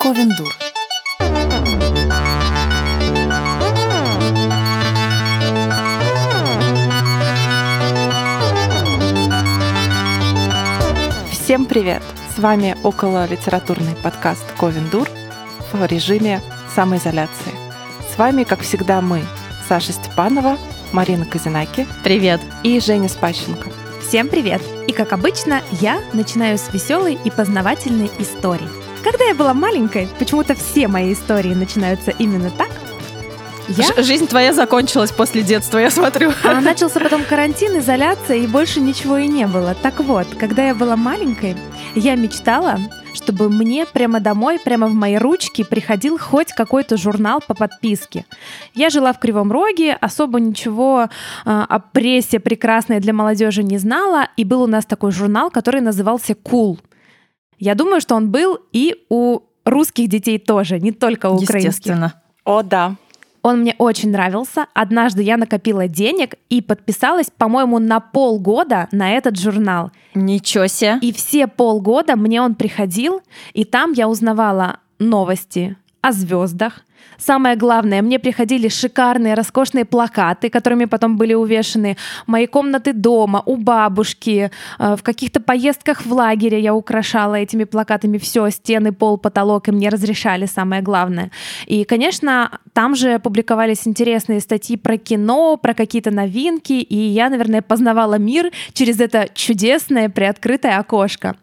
Ковендур. Всем привет! С вами окололитературный подкаст Ковендур в режиме самоизоляции. С вами, как всегда, мы, Саша Степанова, Марина Козинаки. Привет. И Женя Спащенко. Всем привет! И как обычно, я начинаю с веселой и познавательной истории. Когда я была маленькой, почему-то все мои истории начинаются именно так. Жизнь твоя закончилась после детства, я смотрю. А начался потом карантин, изоляция, и больше ничего и не было. Так вот, когда я была маленькой, я мечтала, чтобы мне прямо домой, прямо в мои ручки приходил хоть какой-то журнал по подписке. Я жила в Кривом Роге, особо ничего о прессе прекрасной для молодежи не знала, и был у нас такой журнал, который назывался «Кул». Я думаю, что он был и у русских детей тоже, не только у украинских. Естественно. О, да. Он мне очень нравился. Однажды я накопила денег и подписалась, по-моему, на полгода на этот журнал. Ничего себе. И все полгода мне он приходил, и там я узнавала новости о звездах. Самое главное, мне приходили шикарные, роскошные плакаты, которыми потом были увешаны мои комнаты дома, у бабушки, в каких-то поездках в лагере я украшала этими плакатами все, стены, пол, потолок, и мне разрешали, самое главное. И, конечно, там же публиковались интересные статьи про кино, про какие-то новинки, и я, наверное, познавала мир через это чудесное приоткрытое окошко.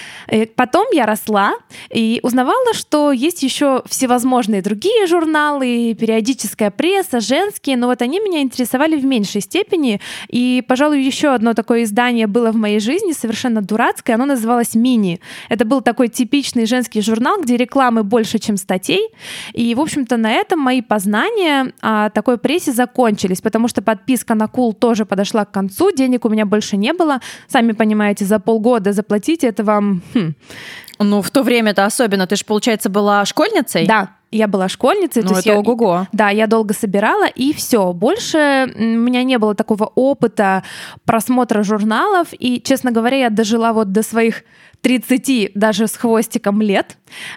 Потом я росла и узнавала, что есть еще всевозможные другие журналы, периодическая пресса, женские, но вот они меня интересовали в меньшей степени. И, пожалуй, еще одно такое издание было в моей жизни, совершенно дурацкое, оно называлось «Мини». Это был такой типичный женский журнал, где рекламы больше, чем статей. И, в общем-то, на этом мои познания о такой прессе закончились, потому что подписка на Кул тоже подошла к концу, денег у меня больше не было. Сами понимаете, за полгода заплатить это вам... Ну, в то время-то особенно. Ты же, получается, была школьницей? Да, я была школьницей. Ну, это ого-го. Да, я долго собирала, и все. Больше у меня не было такого опыта просмотра журналов. И, честно говоря, я дожила вот до своих 30, даже с хвостиком лет.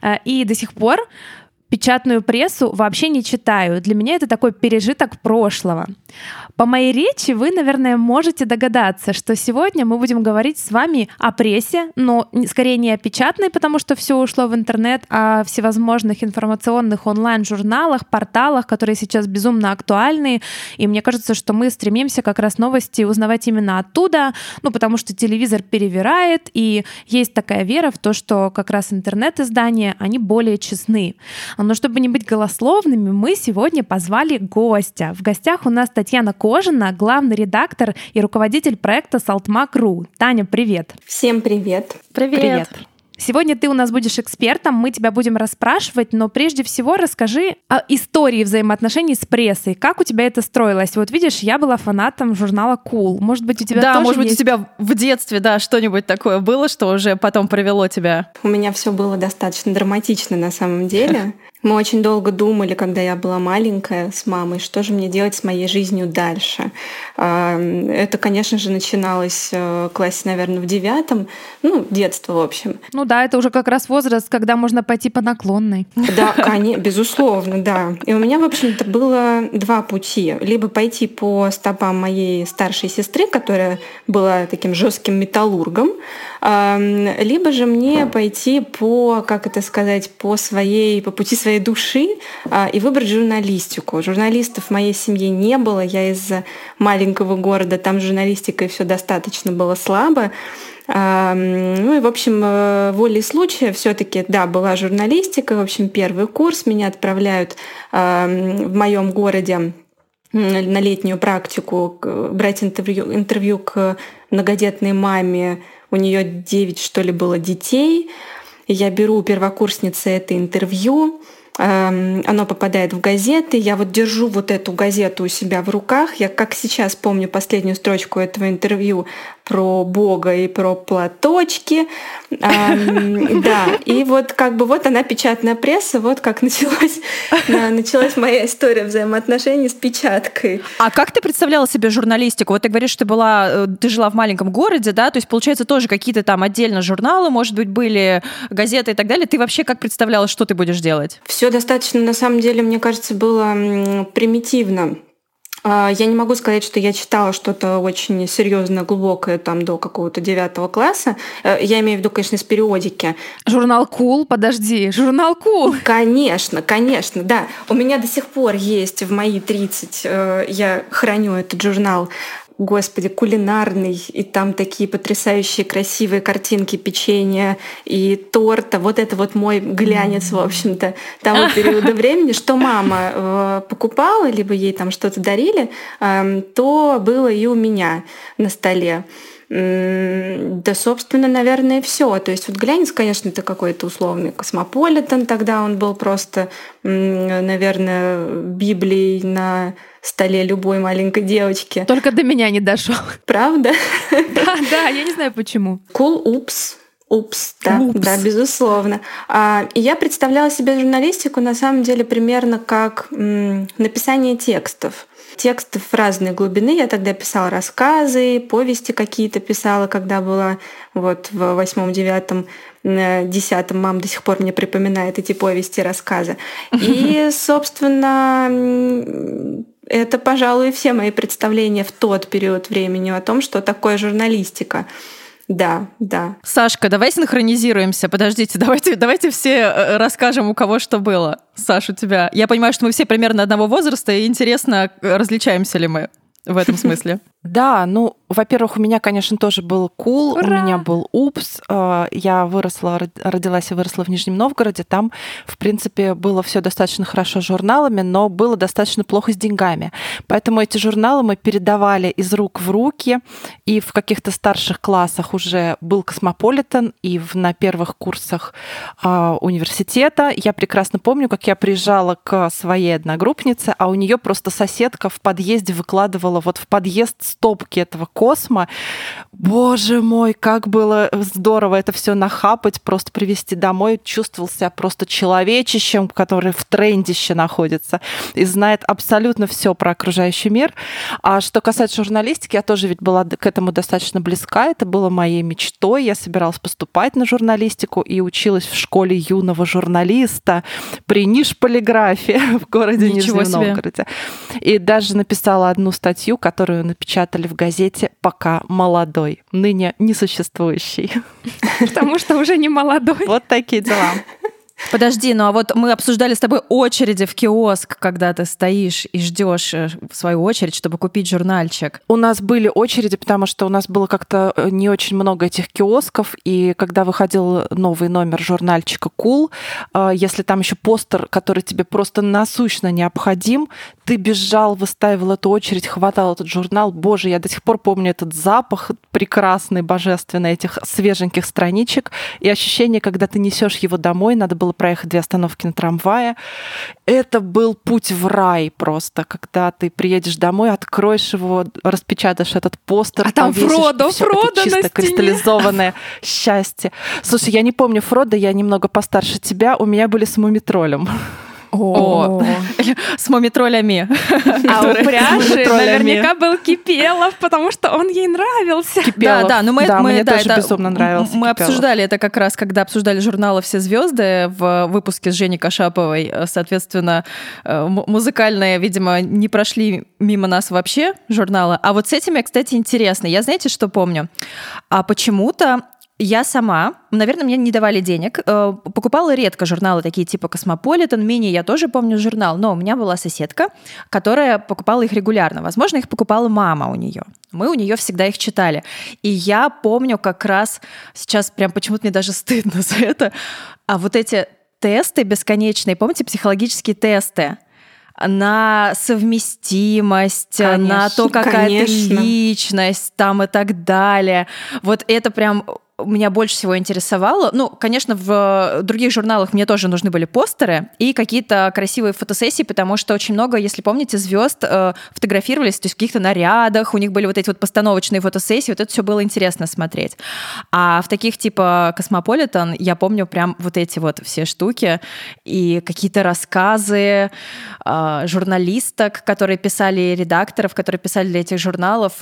И до сих пор печатную прессу вообще не читаю. Для меня это такой пережиток прошлого. По моей речи вы, наверное, можете догадаться, что сегодня мы будем говорить с вами о прессе, но скорее не о печатной, потому что все ушло в интернет, а о всевозможных информационных онлайн-журналах, порталах, которые сейчас безумно актуальны. И мне кажется, что мы стремимся как раз новости узнавать именно оттуда, ну, потому что телевизор перевирает, и есть такая вера в то, что как раз интернет-издания, они более честны. Но чтобы не быть голословными, мы сегодня позвали гостя. В гостях у нас Татьяна Кожина, главный редактор и руководитель проекта Салтмак.ру. Таня, привет. Всем привет. Привет. Сегодня ты у нас будешь экспертом, мы тебя будем расспрашивать, но прежде всего расскажи о истории взаимоотношений с прессой. Как у тебя это строилось? Вот видишь, я была фанатом журнала «Кул». Может быть, у тебя тоже может быть, есть... у тебя в детстве, что-нибудь такое было, что уже потом привело тебя? У меня все было достаточно драматично на самом деле. Мы очень долго думали, когда я была маленькая с мамой, что же мне делать с моей жизнью дальше. Это, конечно же, начиналось в классе, наверное, в 9, детство, в общем. Ну да, это уже как раз возраст, когда можно пойти по наклонной. Да, конечно, безусловно, да. И у меня, в общем-то, было два пути. Либо пойти по стопам моей старшей сестры, которая была таким жестким металлургом, либо же мне пойти по пути своей души и выбрать журналистику. Журналистов в моей семье не было, я из маленького города, там с журналистикой все достаточно было слабо. Ну и, в общем, волей случая все-таки, да, была журналистика. В общем, первый курс меня отправляют в моем городе на летнюю практику брать интервью к многодетной маме. У нее 9, что ли, было детей. Я беру у первокурсницы это интервью. оно попадает в газеты. Я вот держу вот эту газету у себя в руках. Я как сейчас помню последнюю строчку этого интервью про Бога и про платочки. Да, и вот как бы вот она, печатная пресса, вот как началась моя история взаимоотношений с печаткой. А как ты представляла себе журналистику? Вот ты говоришь, ты жила в маленьком городе, да, то есть, получается, тоже какие-то там отдельно журналы, может быть, были газеты и так далее. Ты вообще как представляла, что ты будешь делать? Все достаточно, на самом деле, мне кажется, было примитивно. Я не могу сказать, что я читала что-то очень серьезное, глубокое там до какого-то 9 класса. Я имею в виду, конечно, из периодики. Журнал «Кул», подожди, журнал «Кул». Конечно, да. У меня до сих пор есть в мои 30, я храню этот журнал, Господи, кулинарный, и там такие потрясающие красивые картинки печенья и торта. Вот это вот мой глянец, в общем-то, того периода времени, что мама покупала, либо ей там что-то дарили, то было и у меня на столе. Да, собственно, наверное, все. То есть вот глянец, конечно, это какой-то условный космополитен. Тогда он был просто, наверное, Библией на столе любой маленькой девочки. Только до меня не дошел. Правда? Да, я не знаю почему. Cool, упс, да, безусловно. И я представляла себе журналистику на самом деле примерно как написание текстов. Текстов разной глубины. Я тогда писала рассказы, повести какие-то писала, когда была вот в 8, 9, 10. Мама до сих пор мне припоминает эти повести, рассказы. И, собственно, это, пожалуй, все мои представления в тот период времени о том, что такое журналистика. Да. Сашка, давай синхронизируемся. Подождите, давайте все расскажем, у кого что было. Саш, у тебя. Я понимаю, что мы все примерно одного возраста, и интересно, различаемся ли мы в этом смысле. Да, ну, во-первых, у меня, конечно, тоже был «Кул», у меня был «Упс». Я родилась и выросла в Нижнем Новгороде. Там, в принципе, было все достаточно хорошо с журналами, но было достаточно плохо с деньгами. Поэтому эти журналы мы передавали из рук в руки, и в каких-то старших классах уже был «Космополитен», и на первых курсах университета. Я прекрасно помню, как я приезжала к своей одногруппнице, а у нее просто соседка в подъезде выкладывала вот в подъезд стопки этого «Космо». Боже мой, как было здорово это все нахапать, просто привезти домой. Чувствовал себя просто человечищем, который в трендище находится и знает абсолютно все про окружающий мир. А что касается журналистики, я тоже ведь была к этому достаточно близка. Это было моей мечтой. Я собиралась поступать на журналистику и училась в школе юного журналиста при Нижполиграфе в городе Нижнем Новгороде. И даже написала одну статью, которую напечатали в газете «Пока молодой», ныне несуществующий. Потому что уже не молодой. Вот такие дела. Подожди, ну а вот мы обсуждали с тобой очереди в киоск, когда ты стоишь и ждешь в свою очередь, чтобы купить журнальчик. У нас были очереди, потому что у нас было как-то не очень много этих киосков, и когда выходил новый номер журнальчика «Кул», если там еще постер, который тебе просто насущно необходим, ты бежал, выстаивал эту очередь, хватал этот журнал. Боже, я до сих пор помню этот запах прекрасный, божественный этих свеженьких страничек и ощущение, когда ты несешь его домой, надо было проехать 2 остановки на трамвае. Это был путь в рай просто, когда ты приедешь домой, откроешь его, распечатаешь этот постер, а там Фродо это чисто кристаллизованное счастье. Слушай, я не помню Фродо, я немного постарше тебя, у меня были с Мумитролем. С мумитролями. А у пряжи наверняка был Кипелов, потому что он ей нравился. Да, но мне тоже безумно нравился. Мы обсуждали это как раз, когда обсуждали журналы «Все звезды» в выпуске с Женей Кашаповой. Соответственно, музыкальные, видимо, не прошли мимо нас вообще журналы. А вот с этими, кстати, интересно. Я, знаете, что помню? А почему-то я сама, наверное, мне не давали денег, покупала редко журналы такие типа «Космополитен», «Мини», я тоже помню журнал, но у меня была соседка, которая покупала их регулярно. Возможно, их покупала мама у нее. Мы у нее всегда их читали. И я помню как раз, сейчас прям почему-то мне даже стыдно за это, а вот эти тесты бесконечные, помните, психологические тесты? На совместимость, конечно, на то, какая ты личность там и так далее. Вот это прям меня больше всего интересовало. Ну, конечно, в других журналах мне тоже нужны были постеры и какие-то красивые фотосессии, потому что очень много, если помните, звезд фотографировались, то есть в каких-то нарядах, у них были вот эти вот постановочные фотосессии, вот это все было интересно смотреть. А в таких типа Cosmopolitan я помню прям вот эти вот все штуки и какие-то рассказы журналисток, которые писали, редакторов, которые писали для этих журналов.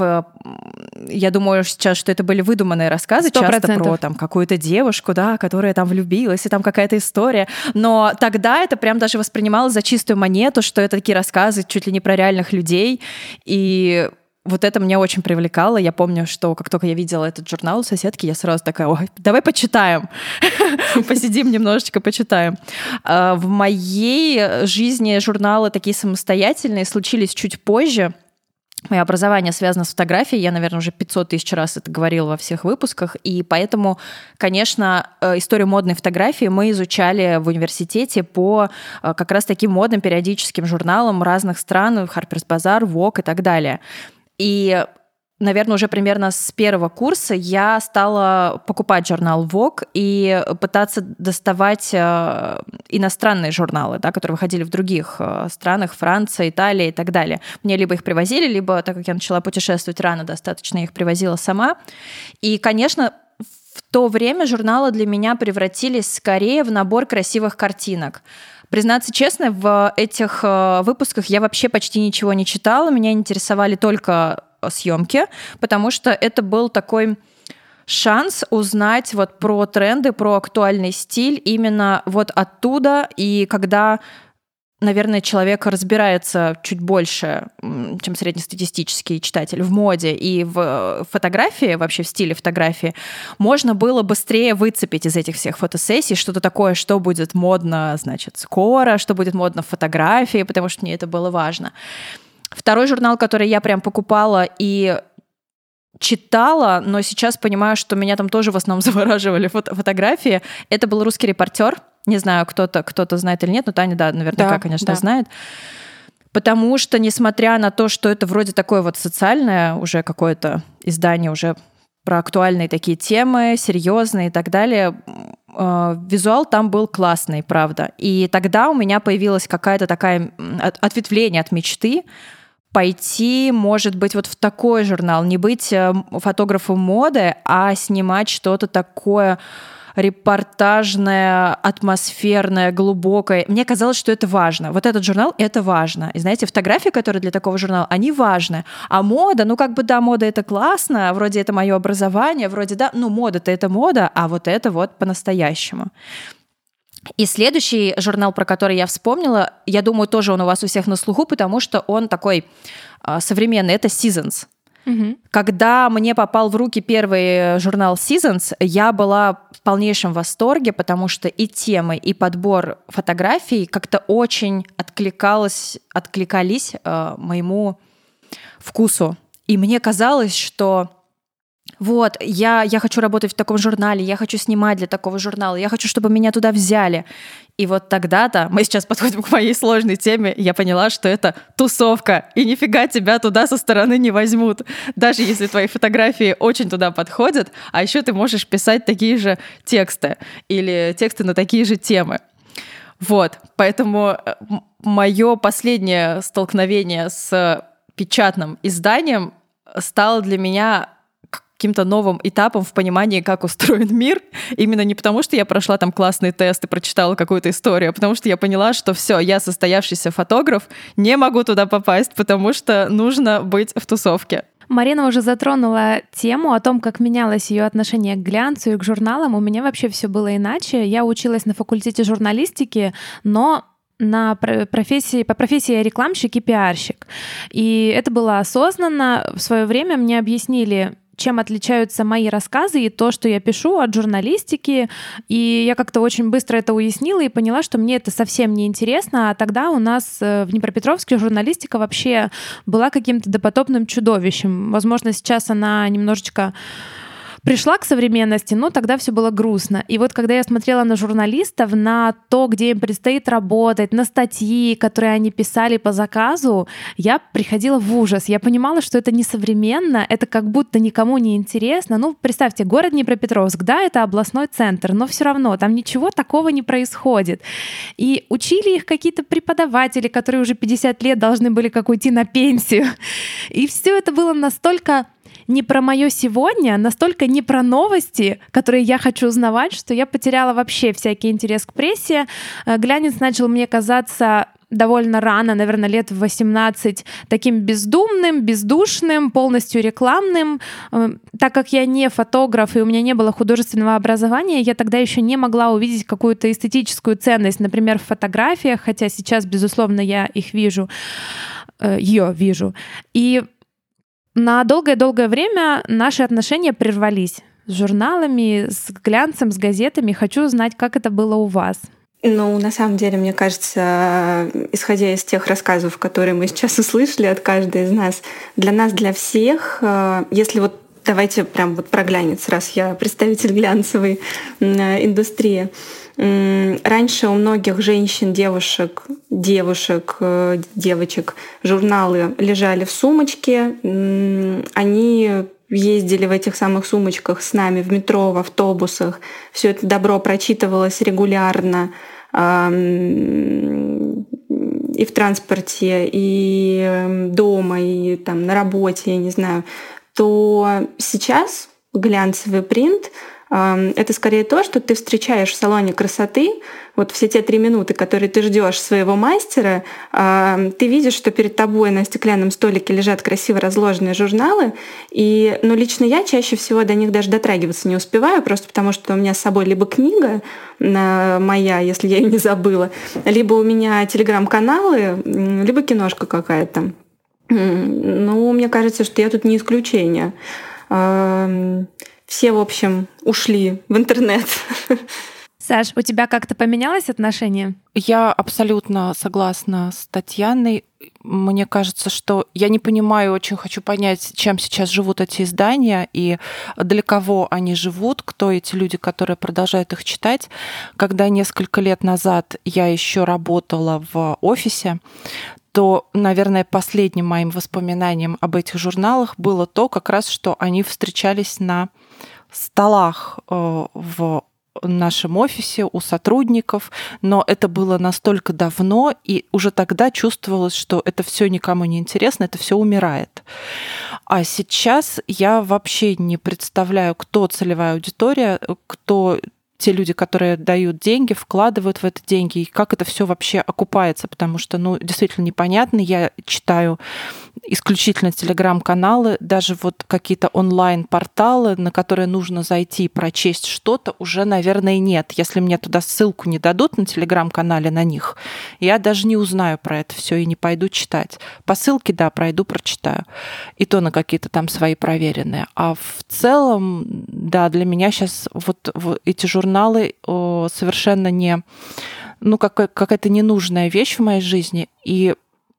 Я думаю сейчас, что это были выдуманные рассказы, 100%. часто про там какую-то девушку, да, которая там влюбилась, и там какая-то история. Но тогда это прям даже воспринималось за чистую монету, что это такие рассказы чуть ли не про реальных людей. И вот это меня очень привлекало. Я помню, что как только я видела этот журнал у соседки, я сразу такая: ой, давай почитаем. Посидим немножечко, почитаем. В моей жизни журналы такие самостоятельные случились чуть позже. Мое образование связано с фотографией. Я, наверное, уже 500 тысяч раз это говорила во всех выпусках. И поэтому, конечно, историю модной фотографии мы изучали в университете по как раз таким модным периодическим журналам разных стран, Harper's Bazaar, Vogue и так далее. И, наверное, уже примерно с первого курса я стала покупать журнал Vogue и пытаться доставать иностранные журналы, да, которые выходили в других странах, Франция, Италия и так далее. Мне либо их привозили, либо, так как я начала путешествовать рано достаточно, я их привозила сама. И, конечно, в то время журналы для меня превратились скорее в набор красивых картинок. Признаться честно, в этих выпусках я вообще почти ничего не читала, меня интересовали только съемки, потому что это был такой шанс узнать вот про тренды, про актуальный стиль именно вот оттуда, и когда, наверное, человек разбирается чуть больше, чем среднестатистический читатель в моде и в фотографии, вообще в стиле фотографии, можно было быстрее выцепить из этих всех фотосессий что-то такое, что будет модно, значит, скоро, что будет модно в фотографии, потому что мне это было важно. Второй журнал, который я прям покупала и читала, но сейчас понимаю, что меня там тоже в основном завораживали фотографии, это был «Русский репортер». Не знаю, кто-то знает или нет, но Таня, да, наверняка, конечно, знает. Потому что, несмотря на то, что это вроде такое вот социальное уже какое-то издание, уже про актуальные такие темы, серьезные и так далее, визуал там был классный, правда. И тогда у меня появилась какая-то такая ответвление от мечты пойти, может быть, вот в такой журнал, не быть фотографом моды, а снимать что-то такое репортажное, атмосферное, глубокое. Мне казалось, что это важно. Вот этот журнал — это важно. И знаете, фотографии, которые для такого журнала, они важны. А мода, ну как бы да, мода — это классно, вроде это мое образование, вроде да, ну мода-то это мода, а вот это вот по-настоящему. И следующий журнал, про который я вспомнила, я думаю, тоже он у вас у всех на слуху, потому что он такой современный, это Seasons. Угу. Когда мне попал в руки первый журнал Seasons, я была в полнейшем восторге, потому что и темы, и подбор фотографий как-то очень откликались моему вкусу. И мне казалось, что вот, я хочу работать в таком журнале, я хочу снимать для такого журнала, я хочу, чтобы меня туда взяли. И вот тогда-то, мы сейчас подходим к моей сложной теме, я поняла, что это тусовка, и нифига тебя туда со стороны не возьмут. Даже если твои фотографии очень туда подходят, а еще ты можешь писать такие же тексты или тексты на такие же темы. Вот, поэтому мое последнее столкновение с печатным изданием стало для меня каким-то новым этапом в понимании, как устроен мир. Именно не потому, что я прошла там классный тест и прочитала какую-то историю, а потому что я поняла, что все, я состоявшийся фотограф, не могу туда попасть, потому что нужно быть в тусовке. Марина уже затронула тему о том, как менялось ее отношение к глянцу и к журналам. У меня вообще все было иначе. Я училась на факультете журналистики, но по профессии я рекламщик и пиарщик. И это было осознанно. В свое время мне объяснили, чем отличаются мои рассказы и то, что я пишу, от журналистики. И я как-то очень быстро это уяснила и поняла, что мне это совсем не интересно. А тогда у нас в Днепропетровске журналистика вообще была каким-то допотопным чудовищем. Возможно, сейчас она немножечко пришла к современности, но тогда все было грустно. И вот когда я смотрела на журналистов, на то, где им предстоит работать, на статьи, которые они писали по заказу, я приходила в ужас. Я понимала, что это несовременно, это как будто никому не интересно. Ну, представьте, город Днепропетровск, да, это областной центр, но все равно там ничего такого не происходит. И учили их какие-то преподаватели, которые уже 50 лет должны были как уйти на пенсию. И все это было настолько не про мое сегодня, настолько не про новости, которые я хочу узнавать, что я потеряла вообще всякий интерес к прессе. Глянец начал мне казаться довольно рано, наверное, лет в 18, таким бездумным, бездушным, полностью рекламным. Так как я не фотограф и у меня не было художественного образования, я тогда еще не могла увидеть какую-то эстетическую ценность, например, в фотографиях, хотя сейчас, безусловно, я их вижу, ее вижу. И на долгое-долгое время наши отношения прервались с журналами, с глянцем, с газетами. Хочу узнать, как это было у вас. Ну, на самом деле, мне кажется, исходя из тех рассказов, которые мы сейчас услышали от каждой из нас, для всех, если вот давайте прям вот про глянец, раз я представитель глянцевой индустрии. Раньше у многих женщин, девочек, журналы лежали в сумочке, они ездили в этих самых сумочках с нами в метро, в автобусах. Все это добро прочитывалось регулярно и в транспорте, и дома, и там на работе, я не знаю. То сейчас глянцевый принт — это скорее то, что ты встречаешь в салоне красоты. Вот все те 3 минуты, которые ты ждешь своего мастера, ты видишь, что перед тобой на стеклянном столике лежат красиво разложенные журналы. И лично я чаще всего до них даже дотрагиваться не успеваю, просто потому что у меня с собой либо книга моя, если я ее не забыла, либо у меня телеграм-каналы, либо киношка какая-то. Ну, мне кажется, что я тут не исключение. Все, в общем, ушли в интернет. Саш, у тебя как-то поменялось отношение? Я абсолютно согласна с Татьяной. Мне кажется, что я не понимаю, очень хочу понять, чем сейчас живут эти издания и для кого они живут, кто эти люди, которые продолжают их читать. Когда несколько лет назад я еще работала в офисе, то, наверное, последним моим воспоминанием об этих журналах было то, как раз, что они встречались на столах в нашем офисе у сотрудников, но это было настолько давно, и уже тогда чувствовалось, что это все никому не интересно, это все умирает. А сейчас я вообще не представляю, кто целевая аудитория, кто те люди, которые дают деньги, вкладывают в это деньги, и как это все вообще окупается, потому что, действительно непонятно. Я читаю исключительно телеграм-каналы, даже вот какие-то онлайн-порталы, на которые нужно зайти и прочесть что-то, уже, наверное, нет. Если мне туда ссылку не дадут на телеграм-канале на них, я даже не узнаю про это все и не пойду читать. По ссылке, да, пройду, прочитаю. И то на какие-то там свои проверенные. А в целом, да, для меня сейчас вот эти журналы совершенно не, какая-то ненужная вещь в моей жизни. И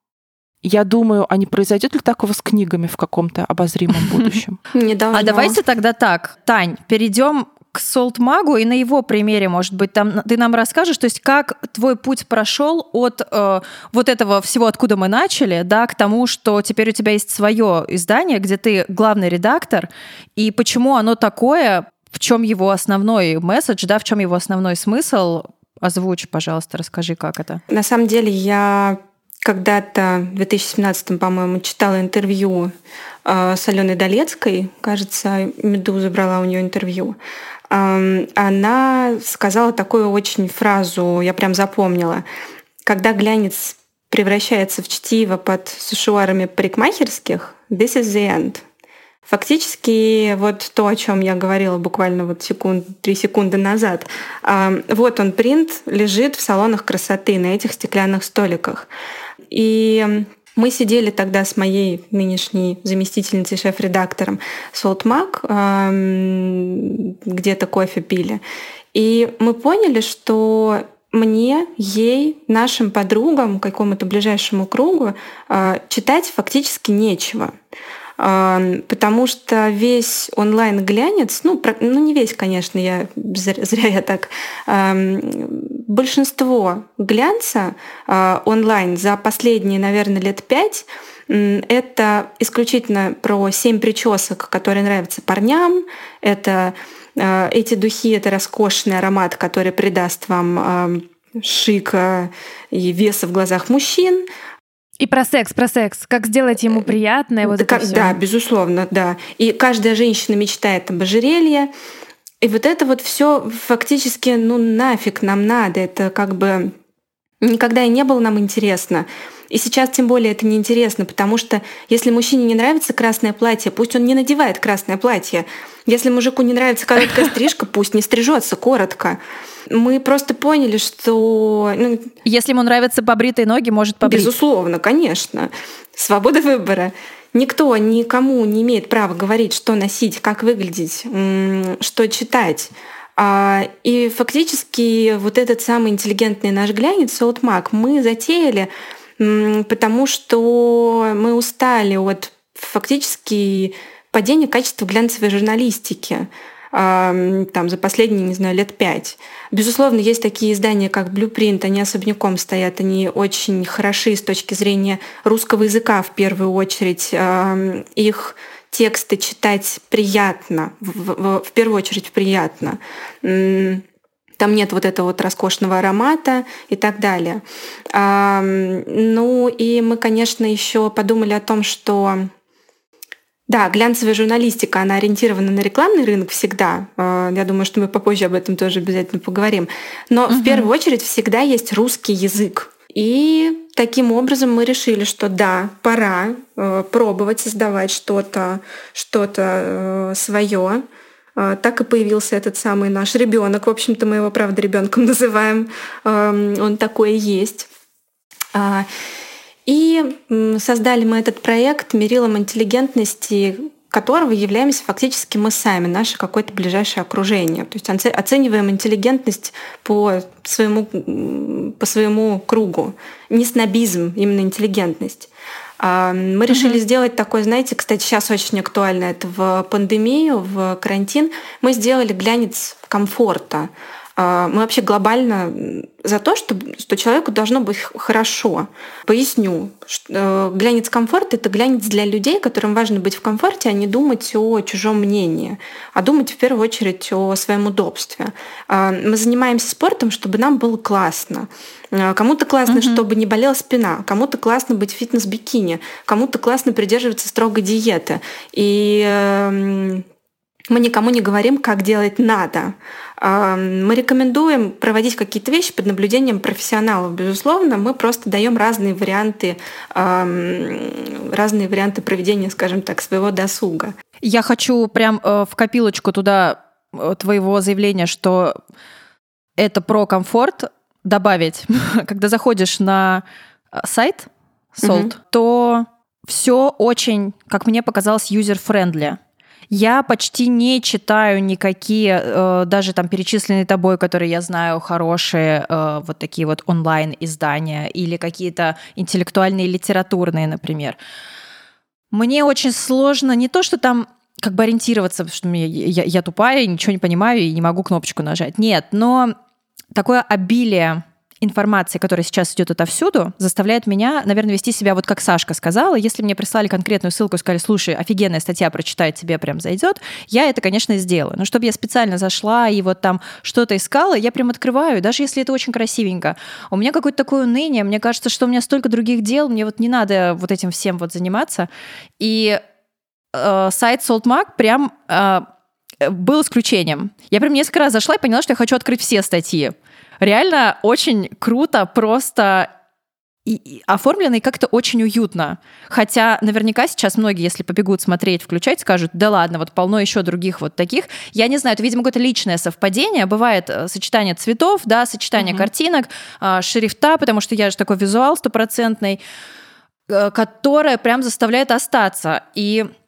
я думаю, а не произойдет ли такого с книгами в каком-то обозримом будущем? Не должно. А давайте тогда так, Тань, перейдем к Солтмагу, и на его примере, может быть, там ты нам расскажешь, то есть как твой путь прошел от вот этого всего, откуда мы начали, да, к тому, что теперь у тебя есть свое издание, где ты главный редактор, и почему оно такое, в чем его основной месседж, да, в чем его основной смысл? Озвучь, пожалуйста, расскажи, как это. На самом деле я когда-то в 2017, по-моему, читала интервью с Аленой Долецкой, кажется, «Медуза» брала у нее интервью. Она сказала такую очень фразу, я прям запомнила. Когда глянец превращается в чтиво под сушуарами парикмахерских, this is the end. Фактически вот то, о чем я говорила буквально 3 секунды назад. Вот он, принт, лежит в салонах красоты на этих стеклянных столиках. И мы сидели тогда с моей нынешней заместительницей, шеф-редактором Солтмаг, где-то кофе пили. И мы поняли, что мне, ей, нашим подругам, какому-то ближайшему кругу читать фактически нечего. потому что весь онлайн-глянец, не весь, конечно, зря я так, большинство глянца онлайн за последние, наверное, лет 5 это исключительно про 7 причесок, которые нравятся парням, это эти духи, это роскошный аромат, который придаст вам шика и веса в глазах мужчин. И про секс, как сделать ему приятное, вот это всё. Да, безусловно, да. И каждая женщина мечтает об ожерелье. И вот это вот все фактически, нафиг нам надо. Это как бы никогда и не было нам интересно. И сейчас тем более это неинтересно, потому что если мужчине не нравится красное платье, пусть он не надевает красное платье. Если мужику не нравится короткая стрижка, пусть не стрижется коротко. Мы просто поняли, что... Если ему нравятся побритые ноги, может побрить. Безусловно, конечно. Свобода выбора. Никто никому не имеет права говорить, что носить, как выглядеть, что читать. И фактически вот этот самый интеллигентный наш глянец Salt Mac мы затеяли, потому что мы устали от фактически падения качества глянцевой журналистики за последние, не знаю, лет 5. Безусловно, есть такие издания, как Blueprint, они особняком стоят, они очень хороши с точки зрения русского языка в первую очередь. Их тексты читать приятно, в первую очередь приятно. Там нет вот этого вот роскошного аромата и так далее. И мы, конечно, еще подумали о том, что да, глянцевая журналистика, она ориентирована на рекламный рынок всегда. Я думаю, что мы попозже об этом тоже обязательно поговорим. Но в первую очередь всегда есть русский язык. И таким образом мы решили, что да, пора пробовать создавать что-то свое. Так и появился этот самый наш ребенок. В общем-то, мы его, правда, ребенком называем. Он такой и есть. И создали мы этот проект мерилом интеллигентности, которого являемся фактически мы сами, наше какое-то ближайшее окружение. То есть оцениваем интеллигентность по своему кругу. Не снобизм, именно интеллигентность. Мы решили сделать такой, знаете, кстати, сейчас очень актуально это в пандемию, в карантин. Мы сделали глянец комфорта. Мы вообще глобально за то, что человеку должно быть хорошо. Поясню. Глянец комфорта — это глянец для людей, которым важно быть в комфорте, а не думать о чужом мнении, а думать в первую очередь о своем удобстве. Мы занимаемся спортом, чтобы нам было классно. Кому-то классно, чтобы не болела спина, кому-то классно быть в фитнес-бикини, кому-то классно придерживаться строгой диеты. И мы никому не говорим, как делать надо. Мы рекомендуем проводить какие-то вещи под наблюдением профессионалов. Безусловно, мы просто даем разные варианты проведения, скажем так, своего досуга. Я хочу прям в копилочку туда твоего заявления, что это про комфорт, добавить. Когда заходишь на сайт Salt, то все очень, как мне показалось, юзер-френдли. Я почти не читаю никакие, даже там перечисленные тобой, которые я знаю, хорошие вот такие вот онлайн-издания или какие-то интеллектуальные, литературные, например. Мне очень сложно не то, что там как бы ориентироваться, потому что я тупая, ничего не понимаю и не могу кнопочку нажать. Нет, но такое обилие информации, которая сейчас идет отовсюду, заставляет меня, наверное, вести себя вот как Сашка сказала. Если мне прислали конкретную ссылку и сказали, слушай, офигенная статья, прочитай, тебе прям зайдет, я это, конечно, сделаю. Но чтобы я специально зашла и вот там что-то искала, я прям открываю, даже если это очень красивенько. У меня какое-то такое уныние, мне кажется, что у меня столько других дел, мне вот не надо вот этим всем вот заниматься. И сайт Salt Mac прям был исключением. Я прям несколько раз зашла и поняла, что я хочу открыть все статьи. Реально очень круто, просто и оформлено, и как-то очень уютно. Хотя наверняка сейчас многие, если побегут смотреть, включать, скажут, да ладно, вот полно еще других вот таких. Я не знаю, это, видимо, какое-то личное совпадение. Бывает сочетание цветов, да, сочетание картинок, шрифта, потому что я же такой визуал стопроцентный, которое прям заставляет остаться. И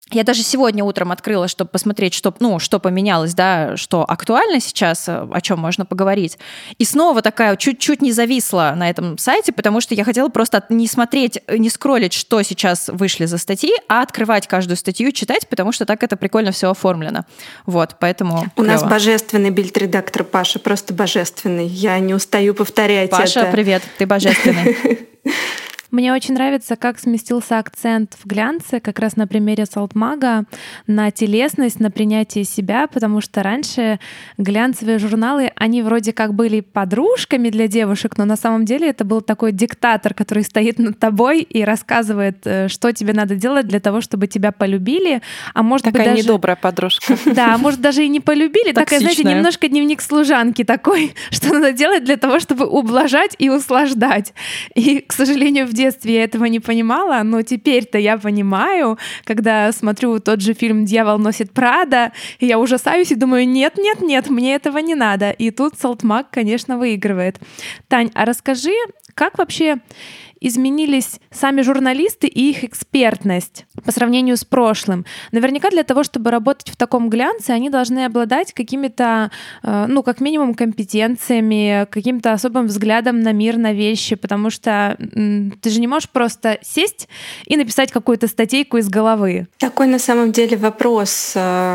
Я даже сегодня утром открыла, чтобы посмотреть, что поменялось, да, что актуально сейчас, о чем можно поговорить. И снова такая чуть-чуть не зависла на этом сайте, потому что я хотела просто не смотреть, не скроллить, что сейчас вышли за статьи, а открывать каждую статью, читать, потому что так это прикольно все оформлено. Вот, поэтому У нас клево. божественный бильд-редактор Паша, просто божественный. Я не устаю повторять Паша, это. привет, ты божественный. Мне очень нравится, как сместился акцент в глянце, как раз на примере Салтмага, на телесность, на принятие себя, потому что раньше глянцевые журналы, они вроде как были подружками для девушек, но на самом деле это был такой диктатор, который стоит над тобой и рассказывает, что тебе надо делать для того, чтобы тебя полюбили, а может такая быть даже... недобрая подружка. Да, может даже и не полюбили, такая, знаете, немножко дневник служанки такой, что надо делать для того, чтобы ублажать и услаждать. И, к сожалению, в детстве я этого не понимала, но теперь-то я понимаю, когда смотрю тот же фильм «Дьявол носит Прада», и я ужасаюсь и думаю, нет, мне этого не надо. И тут Салтмаг, конечно, выигрывает. Тань, а расскажи, как вообще изменились сами журналисты и их экспертность по сравнению с прошлым? Наверняка для того, чтобы работать в таком глянце, они должны обладать какими-то, как минимум, компетенциями, каким-то особым взглядом на мир, на вещи, потому что ты же не можешь просто сесть и написать какую-то статейку из головы. Такой на самом деле вопрос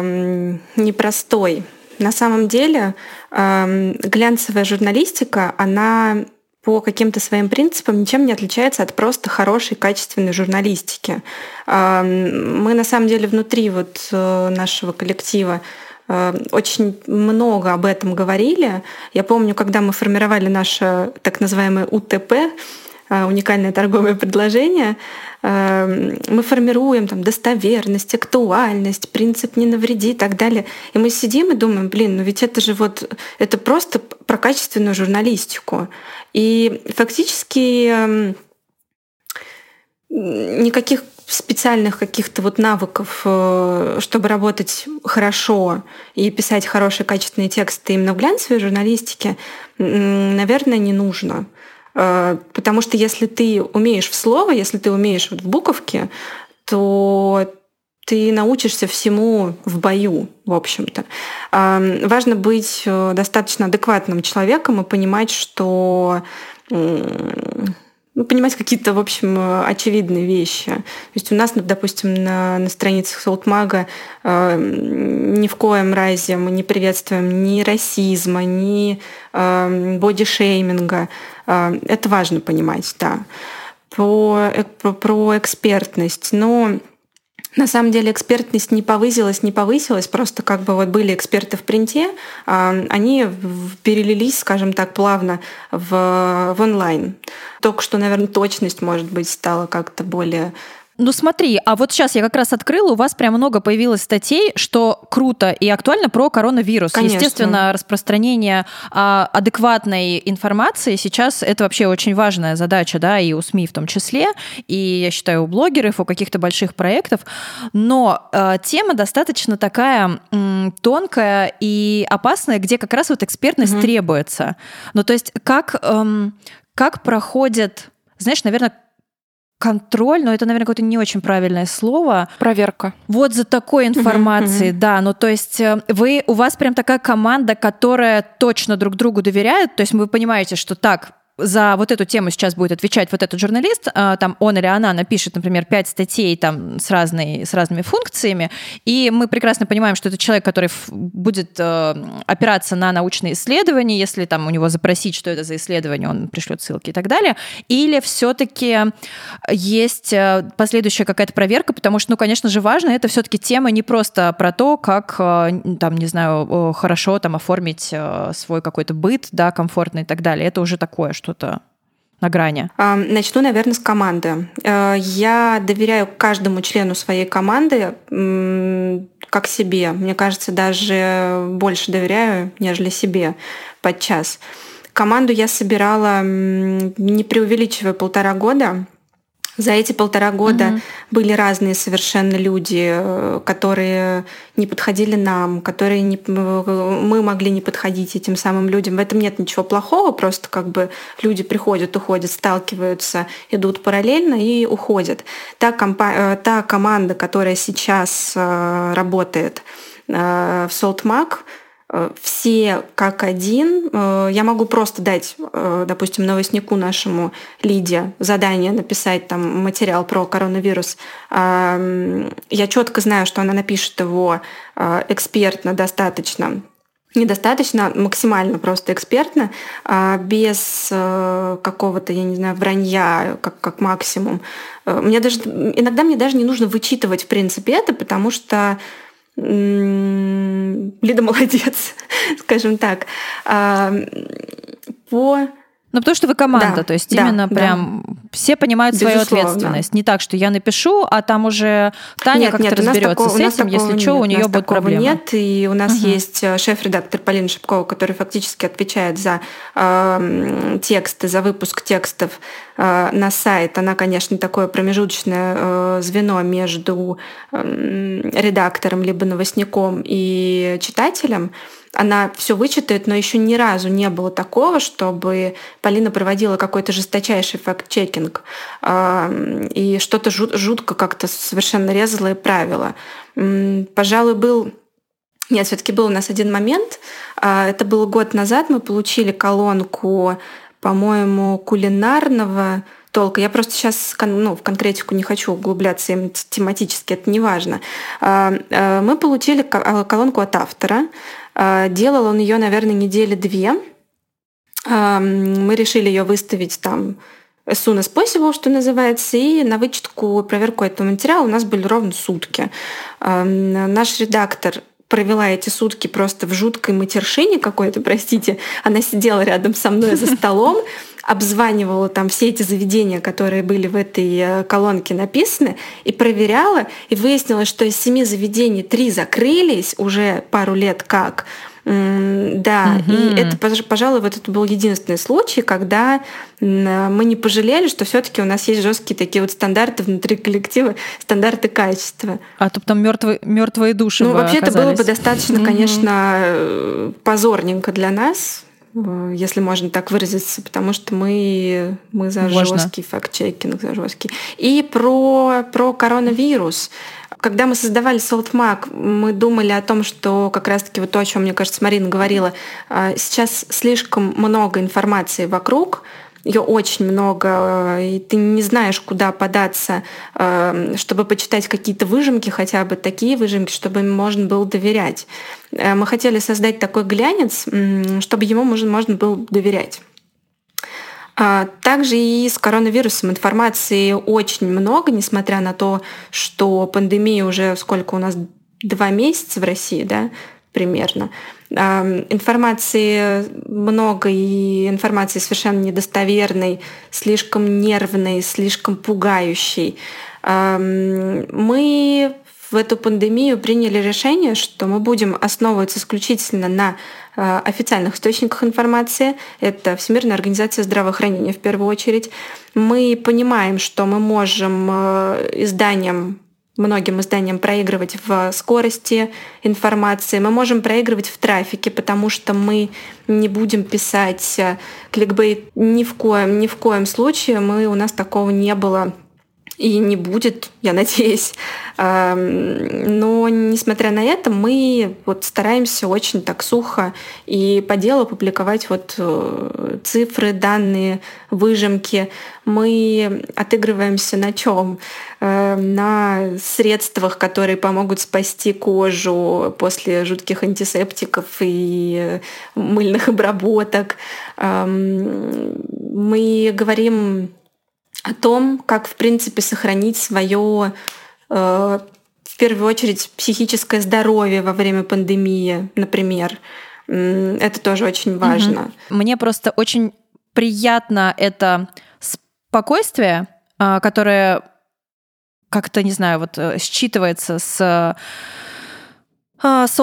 непростой. На самом деле глянцевая журналистика, она по каким-то своим принципам ничем не отличается от просто хорошей, качественной журналистики. Мы на самом деле внутри нашего коллектива очень много об этом говорили. Я помню, когда мы формировали наше так называемое УТП, уникальное торговое предложение, мы формируем там достоверность, актуальность, принцип «не навреди» и так далее. И мы сидим и думаем, ведь это же это просто про качественную журналистику. И фактически никаких специальных каких-то навыков, чтобы работать хорошо и писать хорошие качественные тексты именно в глянцевой журналистике, наверное, не нужно. Потому что если ты умеешь в слово, если ты умеешь в буковки, то ты научишься всему в бою, в общем-то. Важно быть достаточно адекватным человеком и понимать, что понимать какие-то, в общем, очевидные вещи. То есть у нас, допустим, на страницах Салтмага ни в коем разе мы не приветствуем ни расизма, ни бодишейминга. Это важно понимать, да. Про экспертность. Но на самом деле экспертность не повысилась, просто были эксперты в принте, они перелились, скажем так, плавно в онлайн. Только что, наверное, точность, может быть, стала как-то более... Ну смотри, а вот сейчас я как раз открыла, у вас прям много появилось статей, что круто и актуально про коронавирус. Конечно. Естественно, распространение адекватной информации сейчас это вообще очень важная задача, да, и у СМИ в том числе, и, я считаю, у блогеров, у каких-то больших проектов. Но тема достаточно такая тонкая и опасная, где как раз экспертность требуется. Ну то есть как проходит, знаешь, наверное, контроль, но это, наверное, какое-то не очень правильное слово. Проверка. Вот за такой информацией, да. Ну, то есть у вас прям такая команда, которая точно друг другу доверяет, то есть вы понимаете, что так, за вот эту тему сейчас будет отвечать вот этот журналист, там он или она напишет, например, 5 статей там с разными функциями, и мы прекрасно понимаем, что это человек, который будет опираться на научные исследования, если там у него запросить, что это за исследование, он пришлет ссылки и так далее, или все-таки есть последующая какая-то проверка, потому что, конечно же, важно, это все-таки тема не просто про то, как, там, не знаю, хорошо там оформить свой какой-то быт, да, комфортный и так далее, это уже такое, что на грани? Начну, наверное, с команды. Я доверяю каждому члену своей команды как себе. Мне кажется, даже больше доверяю, нежели себе подчас. Команду я собирала, не преувеличивая, 1,5 года. За эти 1,5 года были разные совершенно люди, которые не подходили нам, мы могли не подходить этим самым людям. В этом нет ничего плохого, просто как бы люди приходят, уходят, сталкиваются, идут параллельно и уходят. Та команда, которая сейчас работает в Saltmark, все как один. Я могу просто дать, допустим, новостнику нашему Лиде задание написать там материал про коронавирус. Я четко знаю, что она напишет его экспертно, достаточно. Недостаточно, максимально просто экспертно, без какого-то, я не знаю, вранья, как максимум. Иногда мне даже не нужно вычитывать, в принципе, это, потому что Лида молодец, скажем так. Потому что вы команда, то есть именно прям все понимают свою ответственность. Не так, что я напишу, а там уже Таня как-то разберется с этим, если что, у нее будет проблема. Нет, и у нас есть шеф-редактор Полина Шипкова, которая фактически отвечает за тексты, за выпуск текстов на сайт. Она, конечно, такое промежуточное звено между редактором либо новостником и читателем. Она все вычитает, но еще ни разу не было такого, чтобы Полина проводила какой-то жесточайший факт-чекинг и что-то жутко как-то совершенно резалое правило. Пожалуй, все-таки был у нас один момент. Это было год назад. Мы получили по-моему, кулинарного толка. Я просто сейчас в конкретику не хочу углубляться им тематически, это не важно. Мы получили колонку от автора. Делал он ее, наверное, 2 недели. Мы решили ее выставить там as soon as possible, что называется, и на вычетку, проверку этого материала у нас были ровно сутки. Наш редактор провела эти сутки просто в жуткой матершине какой-то, простите. Она сидела рядом со мной за столом, обзванивала там все эти заведения, которые были в этой колонке написаны, и проверяла, и выяснилось, что из 7 заведений 3 закрылись уже пару лет как. Да, и это, пожалуй, вот это был единственный случай, когда мы не пожалели, что все-таки у нас есть жесткие такие вот стандарты внутри коллектива, стандарты качества. А то там мертвые души. Вообще это было бы достаточно, конечно, позорненько для нас, если можно так выразиться, потому что мы за жесткий факт-чекинг, за жесткий. И про коронавирус. Когда мы создавали Saltmark, мы думали о том, что как раз-таки вот то, о чем, мне кажется, Марина говорила, сейчас слишком много информации вокруг, ее очень много, и ты не знаешь, куда податься, чтобы почитать какие-то выжимки, хотя бы такие выжимки, чтобы им можно было доверять. Мы хотели создать такой глянец, чтобы ему можно было доверять. Также и с коронавирусом информации очень много, несмотря на то, что пандемия уже сколько у нас 2 месяца в России, да, примерно. Информации много, и информации совершенно недостоверной, слишком нервной, слишком пугающей. Мы в эту пандемию приняли решение, что мы будем основываться исключительно на официальных источниках информации. Это Всемирная организация здравоохранения в первую очередь. Мы понимаем, что мы можем многим изданиям проигрывать в скорости информации, мы можем проигрывать в трафике, потому что мы не будем писать кликбейт ни в коем случае. У нас такого не было и не будет, я надеюсь. Но, несмотря на это, мы стараемся очень так сухо и по делу публиковать цифры, данные, выжимки. Мы отыгрываемся на чем? На средствах, которые помогут спасти кожу после жутких антисептиков и мыльных обработок. Мы говорим о том, как, в принципе, сохранить свое, в первую очередь, психическое здоровье во время пандемии, например. Это тоже очень важно. Мне просто очень приятно это спокойствие, которое как-то, не знаю, считывается с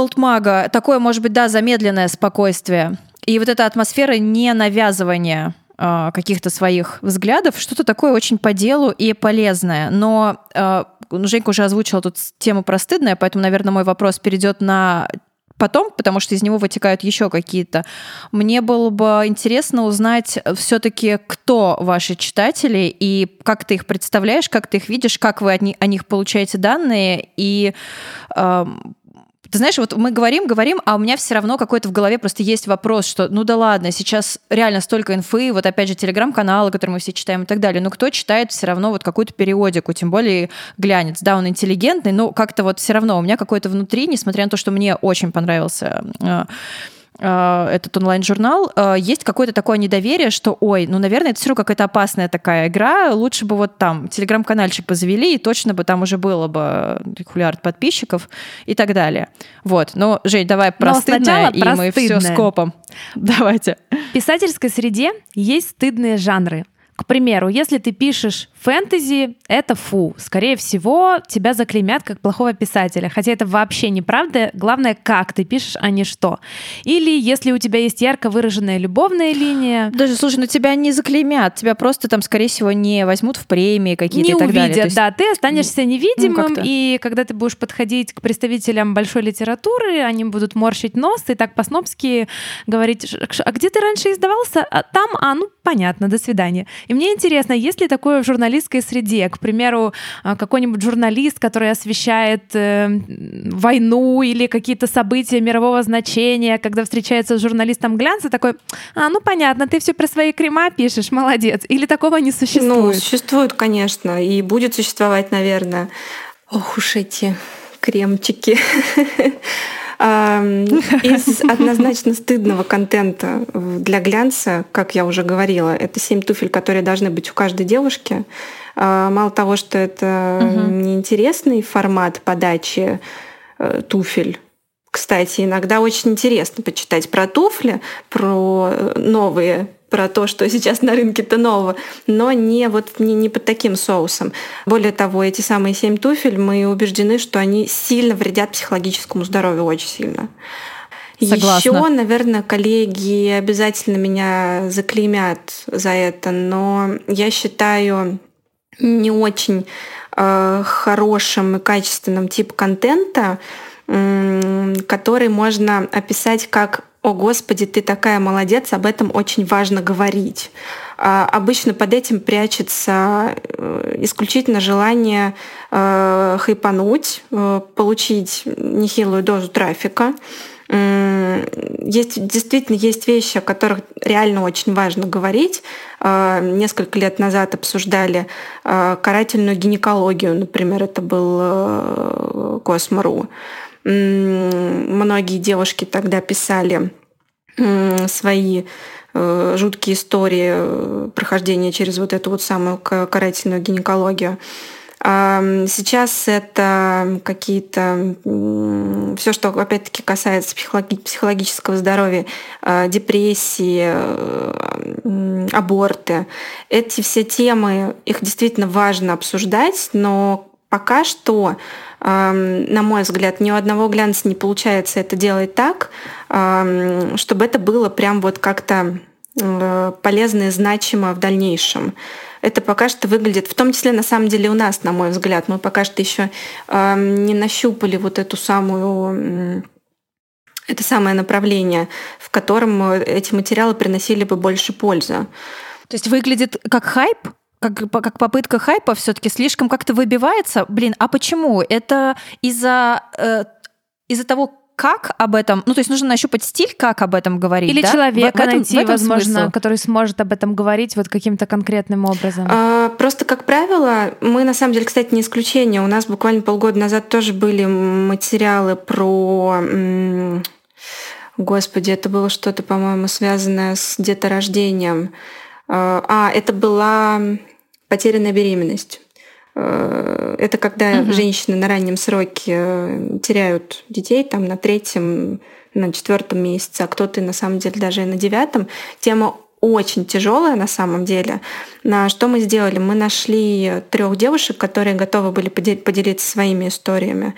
Saltmark. Такое, может быть, замедленное спокойствие. И эта атмосфера не навязывания каких-то своих взглядов, что-то такое очень по делу и полезное. Но Женька уже озвучила тут тему про стыдное, поэтому, наверное, мой вопрос перейдет на потом, потому что из него вытекают еще какие-то. Мне было бы интересно узнать все-таки, кто ваши читатели и как ты их представляешь, как ты их видишь, как вы о них получаете данные. И ты знаешь, вот мы говорим, а у меня все равно какой-то в голове просто есть вопрос, что ну да ладно, сейчас реально столько инфы, вот опять же телеграм-каналы, которые мы все читаем и так далее, но кто читает все равно вот какую-то периодику, тем более глянец, да, он интеллигентный, но как-то вот все равно у меня какой-то внутри, несмотря на то, что мне очень понравился этот онлайн-журнал, есть какое-то такое недоверие, что, ой, ну, наверное, это все равно какая-то опасная такая игра, лучше бы вот там телеграм-канальчик бы завели, и точно бы там уже было бы миллиард подписчиков и так далее. Вот, ну, Жень, давай про стыдное, и мы все скопом. Давайте. В писательской среде есть стыдные жанры. К примеру, если ты пишешь фэнтези, это фу. Скорее всего, тебя заклеймят как плохого писателя. Хотя это вообще неправда. Главное, как ты пишешь, а не что. Или если у тебя есть ярко выраженная любовная линия. Даже, слушай, ну тебя не заклеймят. Тебя просто там, скорее всего, не возьмут в премии какие-то и так далее. Не увидят, да. Ты останешься невидимым. Ну, и когда ты будешь подходить к представителям большой литературы, они будут морщить нос и так по-снобски говорить, а где ты раньше издавался? А там, ну, понятно, до свидания. И мне интересно, есть ли такое в журналистской среде? К примеру, какой-нибудь журналист, который освещает войну или какие-то события мирового значения, когда встречается с журналистом глянца, такой, ну понятно, ты все про свои крема пишешь, молодец. Или такого не существует? Ну, существует, конечно, и будет существовать, наверное. Ох уж эти кремчики. Из однозначно стыдного контента для глянца, как я уже говорила, это 7 туфель, которые должны быть у каждой девушки. Мало того, что это неинтересный формат подачи туфель. Кстати, иногда очень интересно почитать про туфли, про новые, про то, что сейчас на рынке-то нового, но не под таким соусом. Более того, эти самые 7 туфель, мы убеждены, что они сильно вредят психологическому здоровью, очень сильно. Согласна. Еще, наверное, коллеги обязательно меня заклеймят за это, но я считаю не очень хорошим и качественным тип контента, который можно описать как «О, Господи, ты такая молодец, об этом очень важно говорить». Обычно под этим прячется исключительно желание хайпануть, получить нехилую дозу трафика. Действительно есть вещи, о которых реально очень важно говорить. Несколько лет назад обсуждали карательную гинекологию, например, это был Космо.ру. Многие девушки тогда писали свои жуткие истории прохождения через вот эту вот самую карательную гинекологию. Сейчас это какие-то все, что опять-таки касается психологического здоровья, депрессии, аборты. Эти все темы, их действительно важно обсуждать, но пока что, на мой взгляд, ни у одного глянца не получается это делать так, чтобы это было прям вот как-то полезно и значимо в дальнейшем. Это пока что выглядит, в том числе на самом деле у нас, на мой взгляд, мы пока что еще не нащупали вот это самое направление, в котором эти материалы приносили бы больше пользы. То есть выглядит как хайп? Как попытка хайпа все-таки слишком как-то выбивается. Блин, а почему? Это из-за того, как об этом... Ну, то есть нужно нащупать стиль, как об этом говорить, или да? человека найти, возможно, смысл. который сможет об этом говорить вот каким-то конкретным образом. Просто, как правило, мы, на самом деле, кстати, не исключение. У нас буквально полгода назад тоже были материалы про... Господи, это было что-то, по-моему, связанное с деторождением. Это была потерянная беременность. Это когда женщины на раннем сроке теряют детей, там на 3-м, на 4-м месяце, а кто-то на самом деле даже и на 9-м. Тема очень тяжелая на самом деле. Что мы сделали? Мы нашли 3 девушек, которые готовы были поделиться своими историями.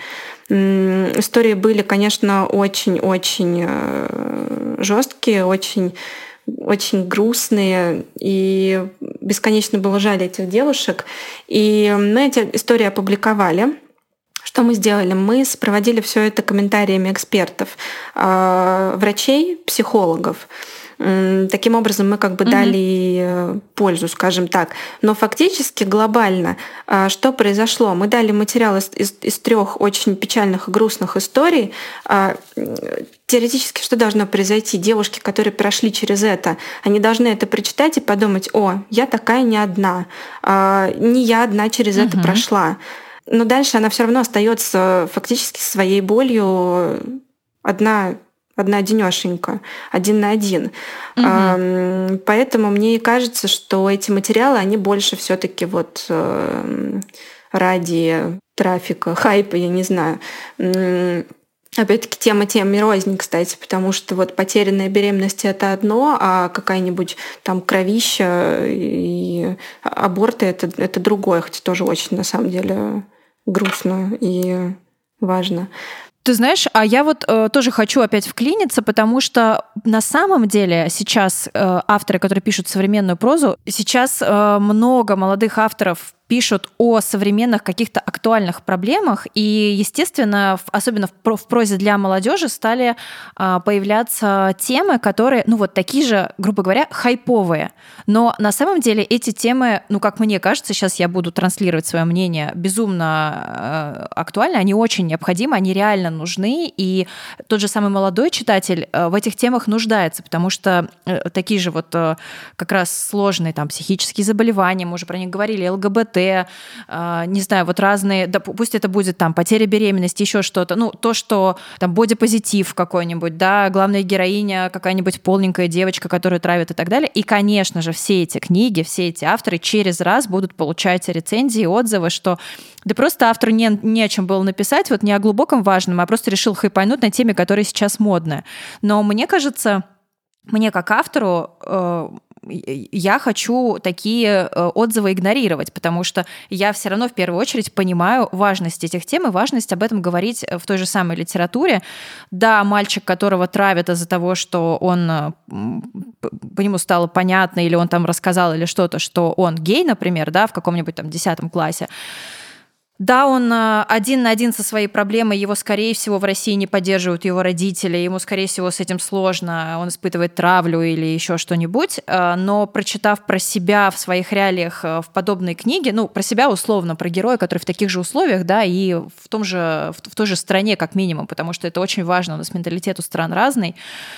Истории были, конечно, очень-очень жесткие, очень очень грустные, и бесконечно было жаль этих девушек. И мы эти истории опубликовали. Что мы сделали? Мы сопроводили все это комментариями экспертов, врачей, психологов. Таким образом, мы как бы дали пользу, скажем так. Но фактически глобально что произошло? Мы дали материал из 3 очень печальных и грустных историй. Теоретически что должно произойти? Девушки, которые прошли через это, они должны это прочитать и подумать: о, я такая не одна, не я одна через это прошла. Но дальше она все равно остается фактически своей болью одна-одинёшенька, один на один. Поэтому мне кажется, что эти материалы, они больше все-таки вот ради трафика, хайпа, я не знаю. Опять-таки тема рознь, кстати, потому что вот потерянная беременность — это одно, а какая-нибудь там кровища и аборты — это другое, хотя тоже очень, на самом деле, грустно и важно. Ты знаешь, а я вот тоже хочу опять вклиниться, потому что на самом деле сейчас авторы, которые пишут современную прозу, сейчас много молодых авторов пишут о современных каких-то актуальных проблемах, и, естественно, особенно в прозе для молодежи стали появляться темы, которые, ну вот такие же, грубо говоря, хайповые. Но на самом деле эти темы, ну как мне кажется, сейчас я буду транслировать свое мнение, безумно актуальны, они очень необходимы, они реально нужны, и тот же самый молодой читатель в этих темах нуждается, потому что такие же вот как раз сложные там психические заболевания, мы уже про них говорили, ЛГБТ, не знаю, вот разные, да, пусть это будет там потеря беременности, еще что-то, ну, то, что там бодипозитив какой-нибудь, да, главная героиня какая-нибудь полненькая девочка, которую травят и так далее. И, конечно же, все эти книги, все эти авторы через раз будут получать рецензии, отзывы, что да просто автору не о чем было написать, вот не о глубоком важном, а просто решил хайпануть на теме, которая сейчас модная. Но мне кажется, мне как автору я хочу такие отзывы игнорировать, потому что я все равно в первую очередь понимаю важность этих тем и важность об этом говорить в той же самой литературе. Да, мальчик, которого травят из-за того, что он по нему стало понятно, или он там рассказал или что-то, что он гей, например, да, в каком-нибудь там 10 классе. Да, он один на один со своей проблемой, его, скорее всего, в России не поддерживают его родители, ему, скорее всего, с этим сложно, он испытывает травлю или еще что-нибудь, но прочитав про себя в своих реалиях в подобной книге, ну, про себя условно, про героя, который в таких же условиях, да, и в той же стране, как минимум, потому что это очень важно, у нас менталитет у стран разный,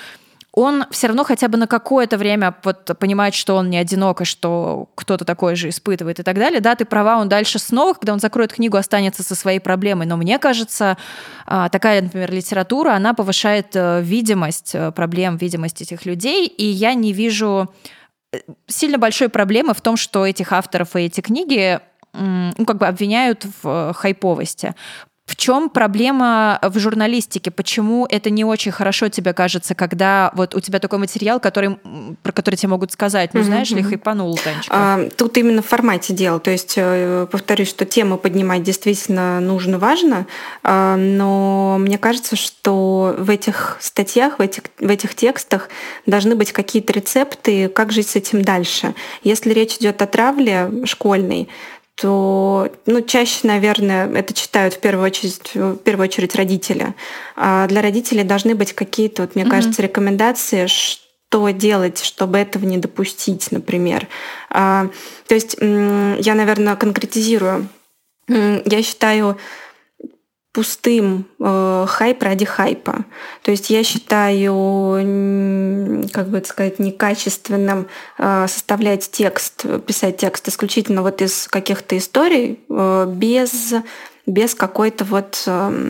он все равно хотя бы на какое-то время вот понимает, что он не одинок, и что кто-то такое же испытывает и так далее. Да, ты права, он дальше снова, когда он закроет книгу, останется со своей проблемой. Но мне кажется, такая, например, литература, она повышает видимость проблем, видимость этих людей, и я не вижу сильно большой проблемы в том, что этих авторов и эти книги ну, как бы обвиняют в хайповости. В чем проблема в журналистике? Почему это не очень хорошо тебе кажется, когда вот у тебя такой материал, про который тебе могут сказать, ну, знаешь ли, хайпанул, Танечка? Тут именно в формате дело. То есть, повторюсь, что тему поднимать действительно нужно, важно, но мне кажется, что в этих статьях, в этих текстах должны быть какие-то рецепты, как жить с этим дальше. Если речь идет о травле школьной, то чаще, наверное, это читают в первую очередь родители. А для родителей должны быть какие-то, вот, мне кажется, рекомендации, что делать, чтобы этого не допустить, например. То есть я, наверное, конкретизирую. Я считаю пустым хайп ради хайпа. То есть я считаю, как бы это сказать, некачественным составлять текст, писать текст исключительно вот из каких-то историй без какой-то вот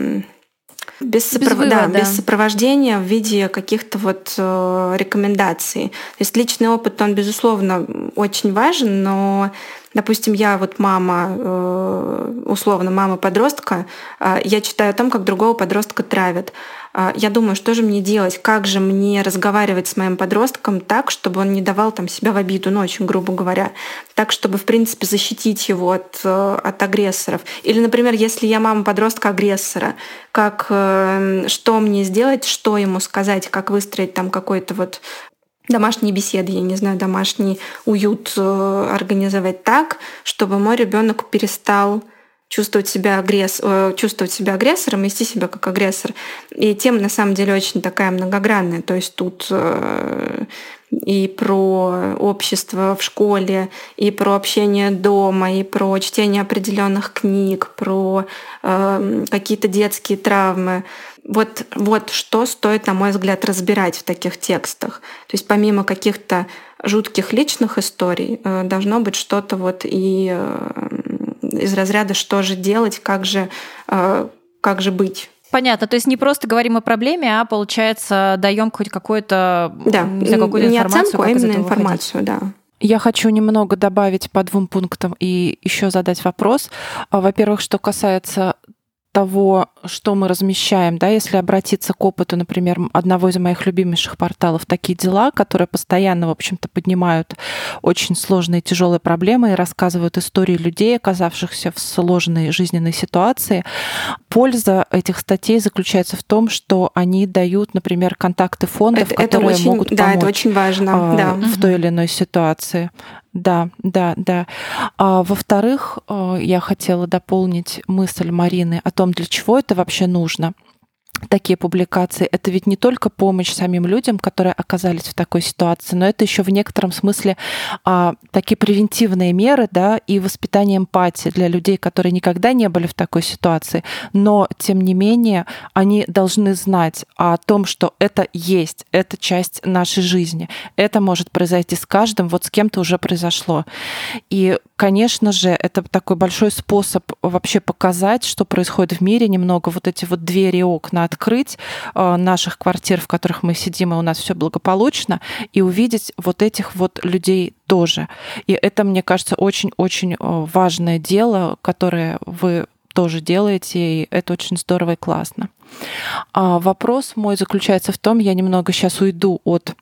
без сопровождения в виде каких-то вот рекомендаций. То есть личный опыт, он, безусловно, очень важен, но, допустим, я вот мама, условно, мама подростка, я читаю о том, как другого подростка травят. Я думаю, что же мне делать, как же мне разговаривать с моим подростком так, чтобы он не давал там себя в обиду, очень грубо говоря, так, чтобы, в принципе, защитить его от агрессоров. Или, например, если я мама подростка-агрессора, что мне сделать, что ему сказать, как выстроить там какой-то вот домашние беседы, я не знаю, домашний уют организовать так, чтобы мой ребенок перестал чувствовать себя агрессором, вести себя как агрессор. И тема на самом деле очень такая многогранная. То есть тут и про общество в школе, и про общение дома, и про чтение определенных книг, про какие-то детские травмы. Вот что стоит, на мой взгляд, разбирать в таких текстах. То есть помимо каких-то жутких личных историй должно быть что-то вот и из разряда «что же делать?», как же быть. Понятно, то есть не просто говорим о проблеме, а, получается, даем хоть какую-то, какую-то не информацию, оценку, а именно информацию, да. Я хочу немного добавить по 2 пунктам и еще задать вопрос. Во-первых, что касается того, что мы размещаем, да, если обратиться к опыту, например, одного из моих любимейших порталов «Такие дела», которые постоянно, в общем-то, поднимают очень сложные, тяжелые проблемы и рассказывают истории людей, оказавшихся в сложной жизненной ситуации. Польза этих статей заключается в том, что они дают, например, контакты фондов, которые могут помочь это очень важно, в той или иной ситуации. Да. Во-вторых, я хотела дополнить мысль Марины о том, для чего это вообще нужно. Такие публикации — это ведь не только помощь самим людям, которые оказались в такой ситуации, но это еще в некотором смысле такие превентивные меры, да, и воспитание эмпатии для людей, которые никогда не были в такой ситуации, но тем не менее они должны знать о том, что это есть, это часть нашей жизни, это может произойти с каждым, вот с кем-то уже произошло. И, конечно же, это такой большой способ вообще показать, что происходит в мире, немного вот эти вот двери и окна открыть наших квартир, в которых мы сидим, и у нас все благополучно, и увидеть вот этих вот людей тоже. И это, мне кажется, очень-очень важное дело, которое вы тоже делаете, и это очень здорово и классно. Вопрос мой заключается в том, я немного сейчас уйду от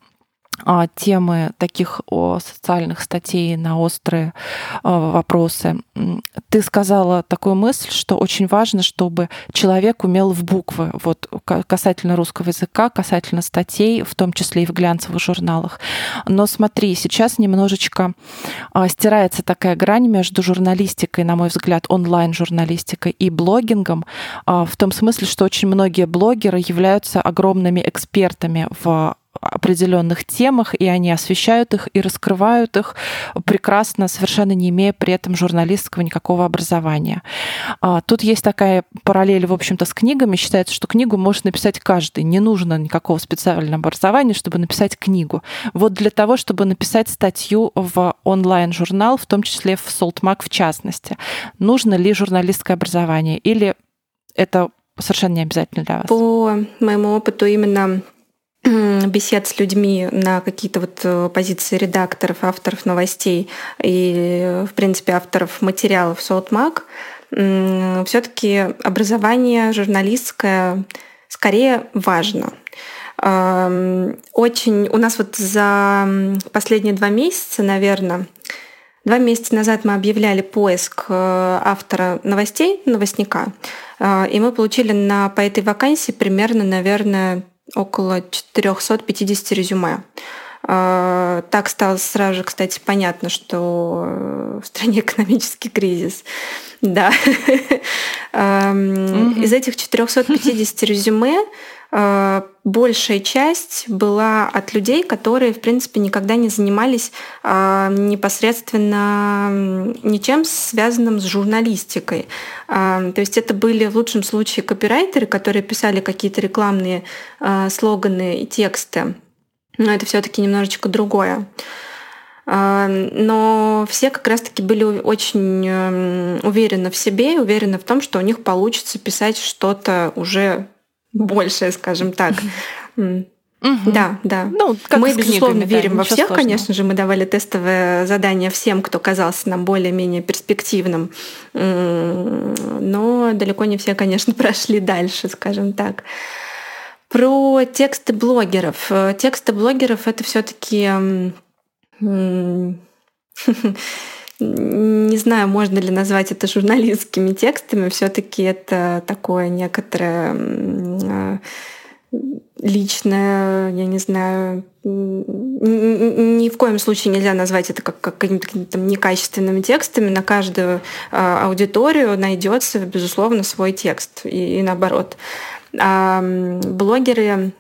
темы таких социальных статей на острые вопросы. Ты сказала такую мысль, что очень важно, чтобы человек умел в буквы, вот касательно русского языка, касательно статей, в том числе и в глянцевых журналах. Но смотри, сейчас немножечко стирается такая грань между журналистикой, на мой взгляд, онлайн-журналистикой и блогингом, в том смысле, что очень многие блогеры являются огромными экспертами в определенных темах, и они освещают их и раскрывают их прекрасно, совершенно не имея при этом журналистского никакого образования. Тут есть такая параллель, в общем-то, с книгами. Считается, что книгу может написать каждый. Не нужно никакого специального образования, чтобы написать книгу. Вот для того, чтобы написать статью в онлайн-журнал, в том числе в Salt.Mag в частности, нужно ли журналистское образование или это совершенно не обязательно для вас? По моему опыту именно бесед с людьми на какие-то вот позиции редакторов, авторов новостей и, в принципе, авторов материалов Salt.Mag, все-таки образование журналистское скорее важно. Очень у нас вот за последние 2 месяца, наверное, 2 месяца назад мы объявляли поиск автора новостей, новостника, и мы получили по этой вакансии примерно, наверное, около 450 резюме. Так стало сразу же, кстати, понятно, что в стране экономический кризис. Да. Из этих 450 резюме большая часть была от людей, которые, в принципе, никогда не занимались непосредственно ничем связанным с журналистикой. То есть это были в лучшем случае копирайтеры, которые писали какие-то рекламные слоганы и тексты. Но это все-таки немножечко другое. Но все как раз-таки были очень уверены в себе и уверены в том, что у них получится писать что-то уже большее, скажем так. Да. Ну, как мы, с безусловно, книгами, верим во всех, сложного. конечно же. Мы давали тестовое задание всем, кто казался нам более-менее перспективным. Но далеко не все, конечно, прошли дальше, скажем так. Про тексты блогеров. Тексты блогеров — это все-таки не знаю, можно ли назвать это журналистскими текстами. Все-таки это такое некоторое личное, я не знаю, ни в коем случае нельзя назвать это как какими-то там некачественными текстами. На каждую аудиторию найдется, безусловно, свой текст и наоборот. А блогеры,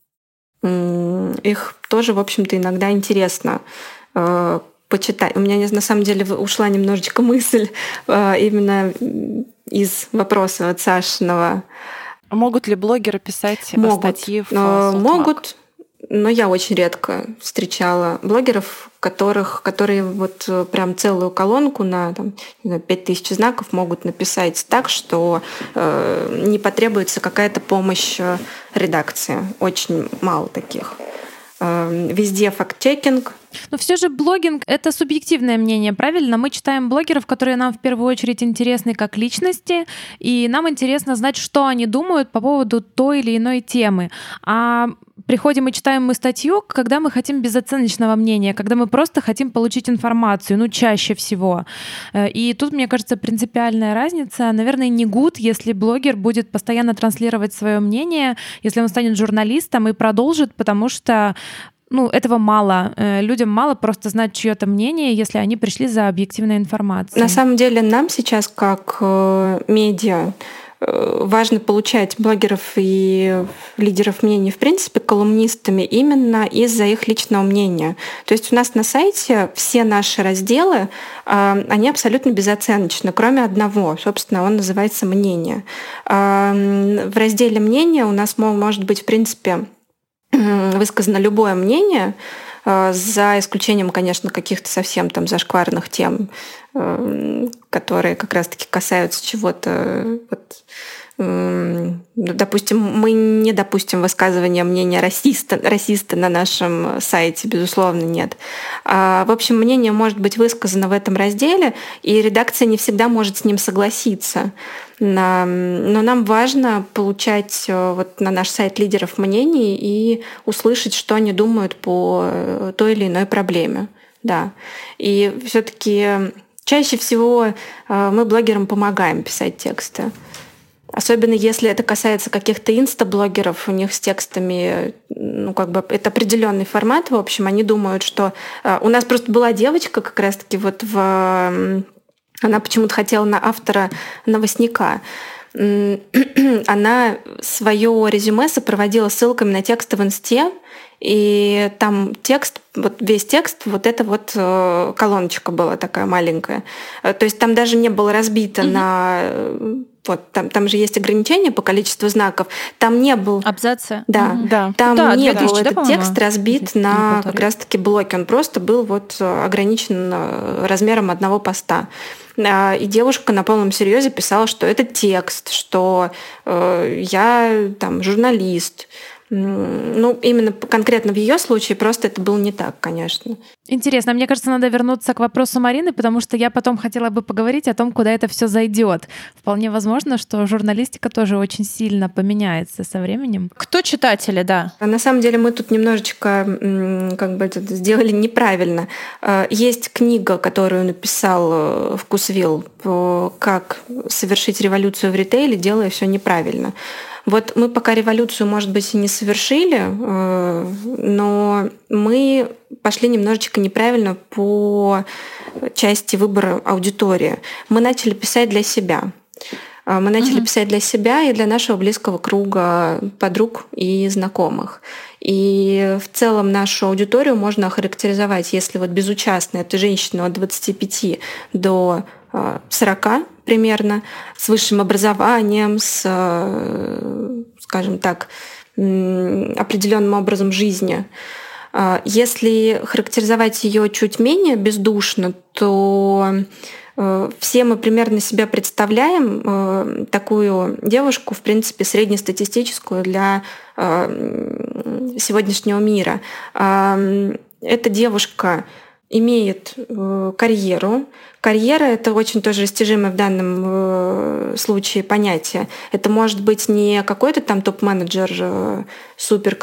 их тоже, в общем-то, иногда интересно почитать. У меня на самом деле ушла немножечко мысль именно из вопроса от Сашиного. Могут ли блогеры писать статьи в Softmax? Могут, но я очень редко встречала блогеров, которые вот прям целую колонку на 5000 знаков могут написать так, что не потребуется какая-то помощь редакции. Очень мало таких. Везде факт-чекинг. Но все же блогинг — это субъективное мнение, правильно? Мы читаем блогеров, которые нам в первую очередь интересны как личности, и нам интересно знать, что они думают по поводу той или иной темы. А приходим и читаем мы статью, когда мы хотим безоценочного мнения, когда мы просто хотим получить информацию, чаще всего. И тут, мне кажется, принципиальная разница. Наверное, не good, если блогер будет постоянно транслировать свое мнение, если он станет журналистом и продолжит, потому что этого мало. Людям мало просто знать чье-то мнение, если они пришли за объективной информацией. На самом деле нам сейчас, как медиа, важно получать блогеров и лидеров мнений, в принципе, колумнистами именно из-за их личного мнения. То есть у нас на сайте все наши разделы, они абсолютно безоценочны, кроме одного. Собственно, он называется «Мнение». В разделе «Мнение» у нас может быть, в принципе, высказано любое мнение, за исключением, конечно, каких-то совсем там зашкварных тем, которые как раз-таки касаются чего-то. Допустим, мы не допустим высказывания мнения расиста на нашем сайте, безусловно, нет. В общем, мнение может быть высказано в этом разделе, и редакция не всегда может с ним согласиться. Но нам важно получать вот на наш сайт лидеров мнений и услышать, что они думают по той или иной проблеме. Да. И все-таки чаще всего мы блогерам помогаем писать тексты. Особенно если это касается каких-то инста-блогеров, у них с текстами, это определенный формат. В общем, они думают, что... У нас просто была девочка как раз-таки она почему-то хотела на автора новостника. Она свое резюме сопроводила ссылками на тексты в инсте, и там текст, весь текст, эта колоночка была такая маленькая. То есть там даже не было разбито на... там же есть ограничения по количеству знаков. Там не был... Абзацы? Да. Там не был этот текст разбит на как раз-таки блоки. Он просто был ограничен размером одного поста. И девушка на полном серьезе писала, что это текст, что я журналист. Именно конкретно в ее случае просто это было не так, конечно. Интересно, мне кажется, надо вернуться к вопросу Марины, потому что я потом хотела бы поговорить о том, куда это все зайдет. Вполне возможно, что журналистика тоже очень сильно поменяется со временем. Кто читатели, да? На самом деле мы тут немножечко это сделали неправильно. Есть книга, которую написал Вкусвилл «Как совершить революцию в ритейле, делая все неправильно». Мы пока революцию, может быть, и не совершили, но мы пошли немножечко неправильно по части выбора аудитории. Мы начали писать для себя. Мы начали писать для себя и для нашего близкого круга подруг и знакомых. И в целом нашу аудиторию можно охарактеризовать, если безучастная, это женщина от 25 до 40 примерно, с высшим образованием, с, скажем так, определенным образом жизни. Если характеризовать ее чуть менее бездушно, то все мы примерно себя представляем такую девушку, в принципе, среднестатистическую для сегодняшнего мира. Эта девушка имеет карьеру. Карьера — это очень тоже растяжимое в данном случае понятие. Это может быть не какой-то там топ-менеджер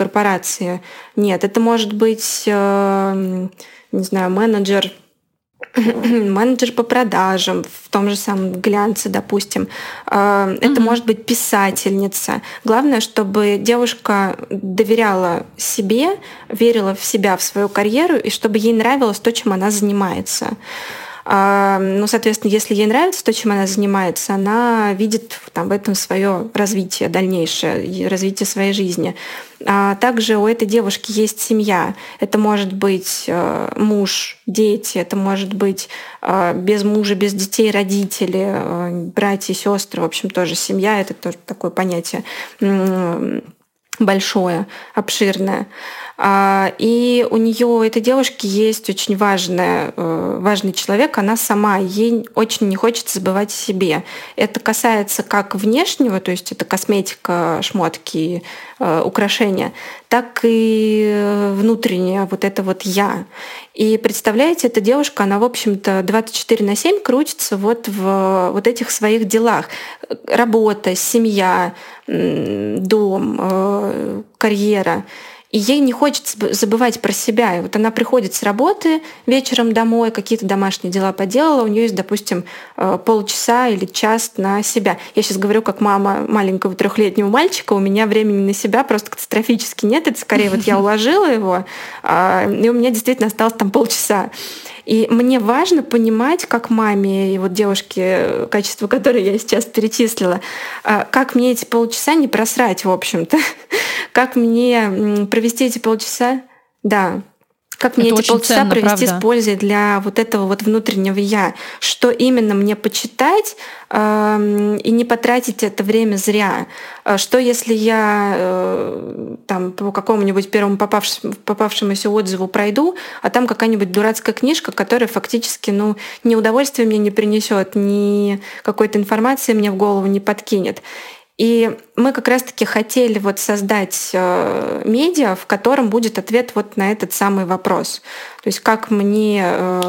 суперкорпорации. Нет, это может быть, не знаю, менеджер менеджер по продажам в том же самом глянце, допустим. Это может быть писательница. Главное, чтобы девушка доверяла себе, верила в себя, в свою карьеру, и чтобы ей нравилось то, чем она занимается. Ну, соответственно, если ей нравится то, чем она занимается, она видит там в этом свое развитие дальнейшее, развитие своей жизни. А также у этой девушки есть семья. Это может быть муж, дети, это может быть без мужа, без детей родители, братья, сестры. В общем, тоже семья — это тоже такое понятие большое, обширное. И у нее, у этой девушки, есть очень важный человек, она сама, ей очень не хочется забывать о себе. Это касается как внешнего, то есть это косметика, шмотки, украшения, так и внутреннее, вот это вот «я». И представляете, эта девушка, она, в общем-то, 24/7 крутится вот в вот этих своих делах. Работа, семья, дом, карьера. И ей не хочется забывать про себя. И вот она приходит с работы вечером домой, какие-то домашние дела поделала, у нее есть, допустим, полчаса или час на себя. Я сейчас говорю как мама маленького 3-летнего мальчика, у меня времени на себя просто катастрофически нет. Это скорее вот я уложила его, и у меня действительно осталось там полчаса. И мне важно понимать, как маме и вот девушке, качество которой я сейчас перечислила, как мне эти полчаса не просрать, в общем-то. Как мне провести эти полчаса? Да. Как мне эти полчаса ценно, провести правда. С пользой для вот этого вот внутреннего «я». Что именно мне почитать и не потратить это время зря. Что если я там по какому-нибудь первому попавшемуся отзыву пройду, а там какая-нибудь дурацкая книжка, которая фактически ни удовольствия мне не принесет, ни какой-то информации мне в голову не подкинет. И мы как раз-таки хотели вот создать медиа, в котором будет ответ вот на этот самый вопрос. То есть как мне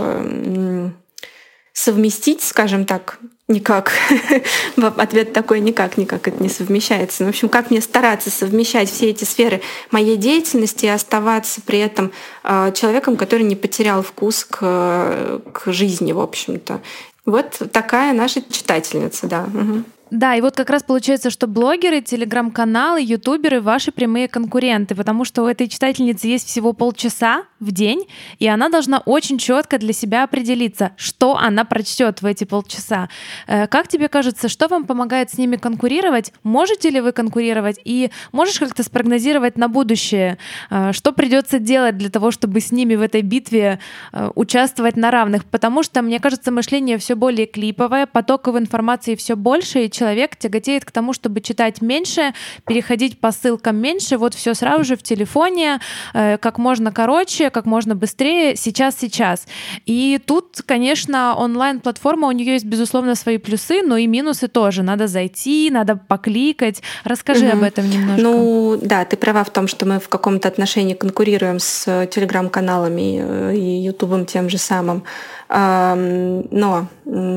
совместить, скажем так, никак. Ответ такой: никак это не совмещается. В общем, как мне стараться совмещать все эти сферы моей деятельности и оставаться при этом человеком, который не потерял вкус к жизни, в общем-то. Вот такая наша читательница, да. Угу. Да, и вот как раз получается, что блогеры, телеграм-каналы, ютуберы — ваши прямые конкуренты, потому что у этой читательницы есть всего полчаса в день, и она должна очень четко для себя определиться, что она прочтет в эти полчаса. Как тебе кажется, что вам помогает с ними конкурировать? Можете ли вы конкурировать? И можешь как-то спрогнозировать на будущее, что придется делать для того, чтобы с ними в этой битве участвовать на равных? Потому что, мне кажется, мышление все более клиповое, потоков информации все больше, и человек тяготеет к тому, чтобы читать меньше, переходить по ссылкам меньше, вот все сразу же в телефоне, как можно короче, как можно быстрее, сейчас. И тут, конечно, онлайн-платформа, у нее есть, безусловно, свои плюсы, но и минусы тоже. Надо зайти, надо покликать. Расскажи об этом немножко. Ну да, ты права в том, что мы в каком-то отношении конкурируем с телеграм-каналами и ютубом тем же самым. Но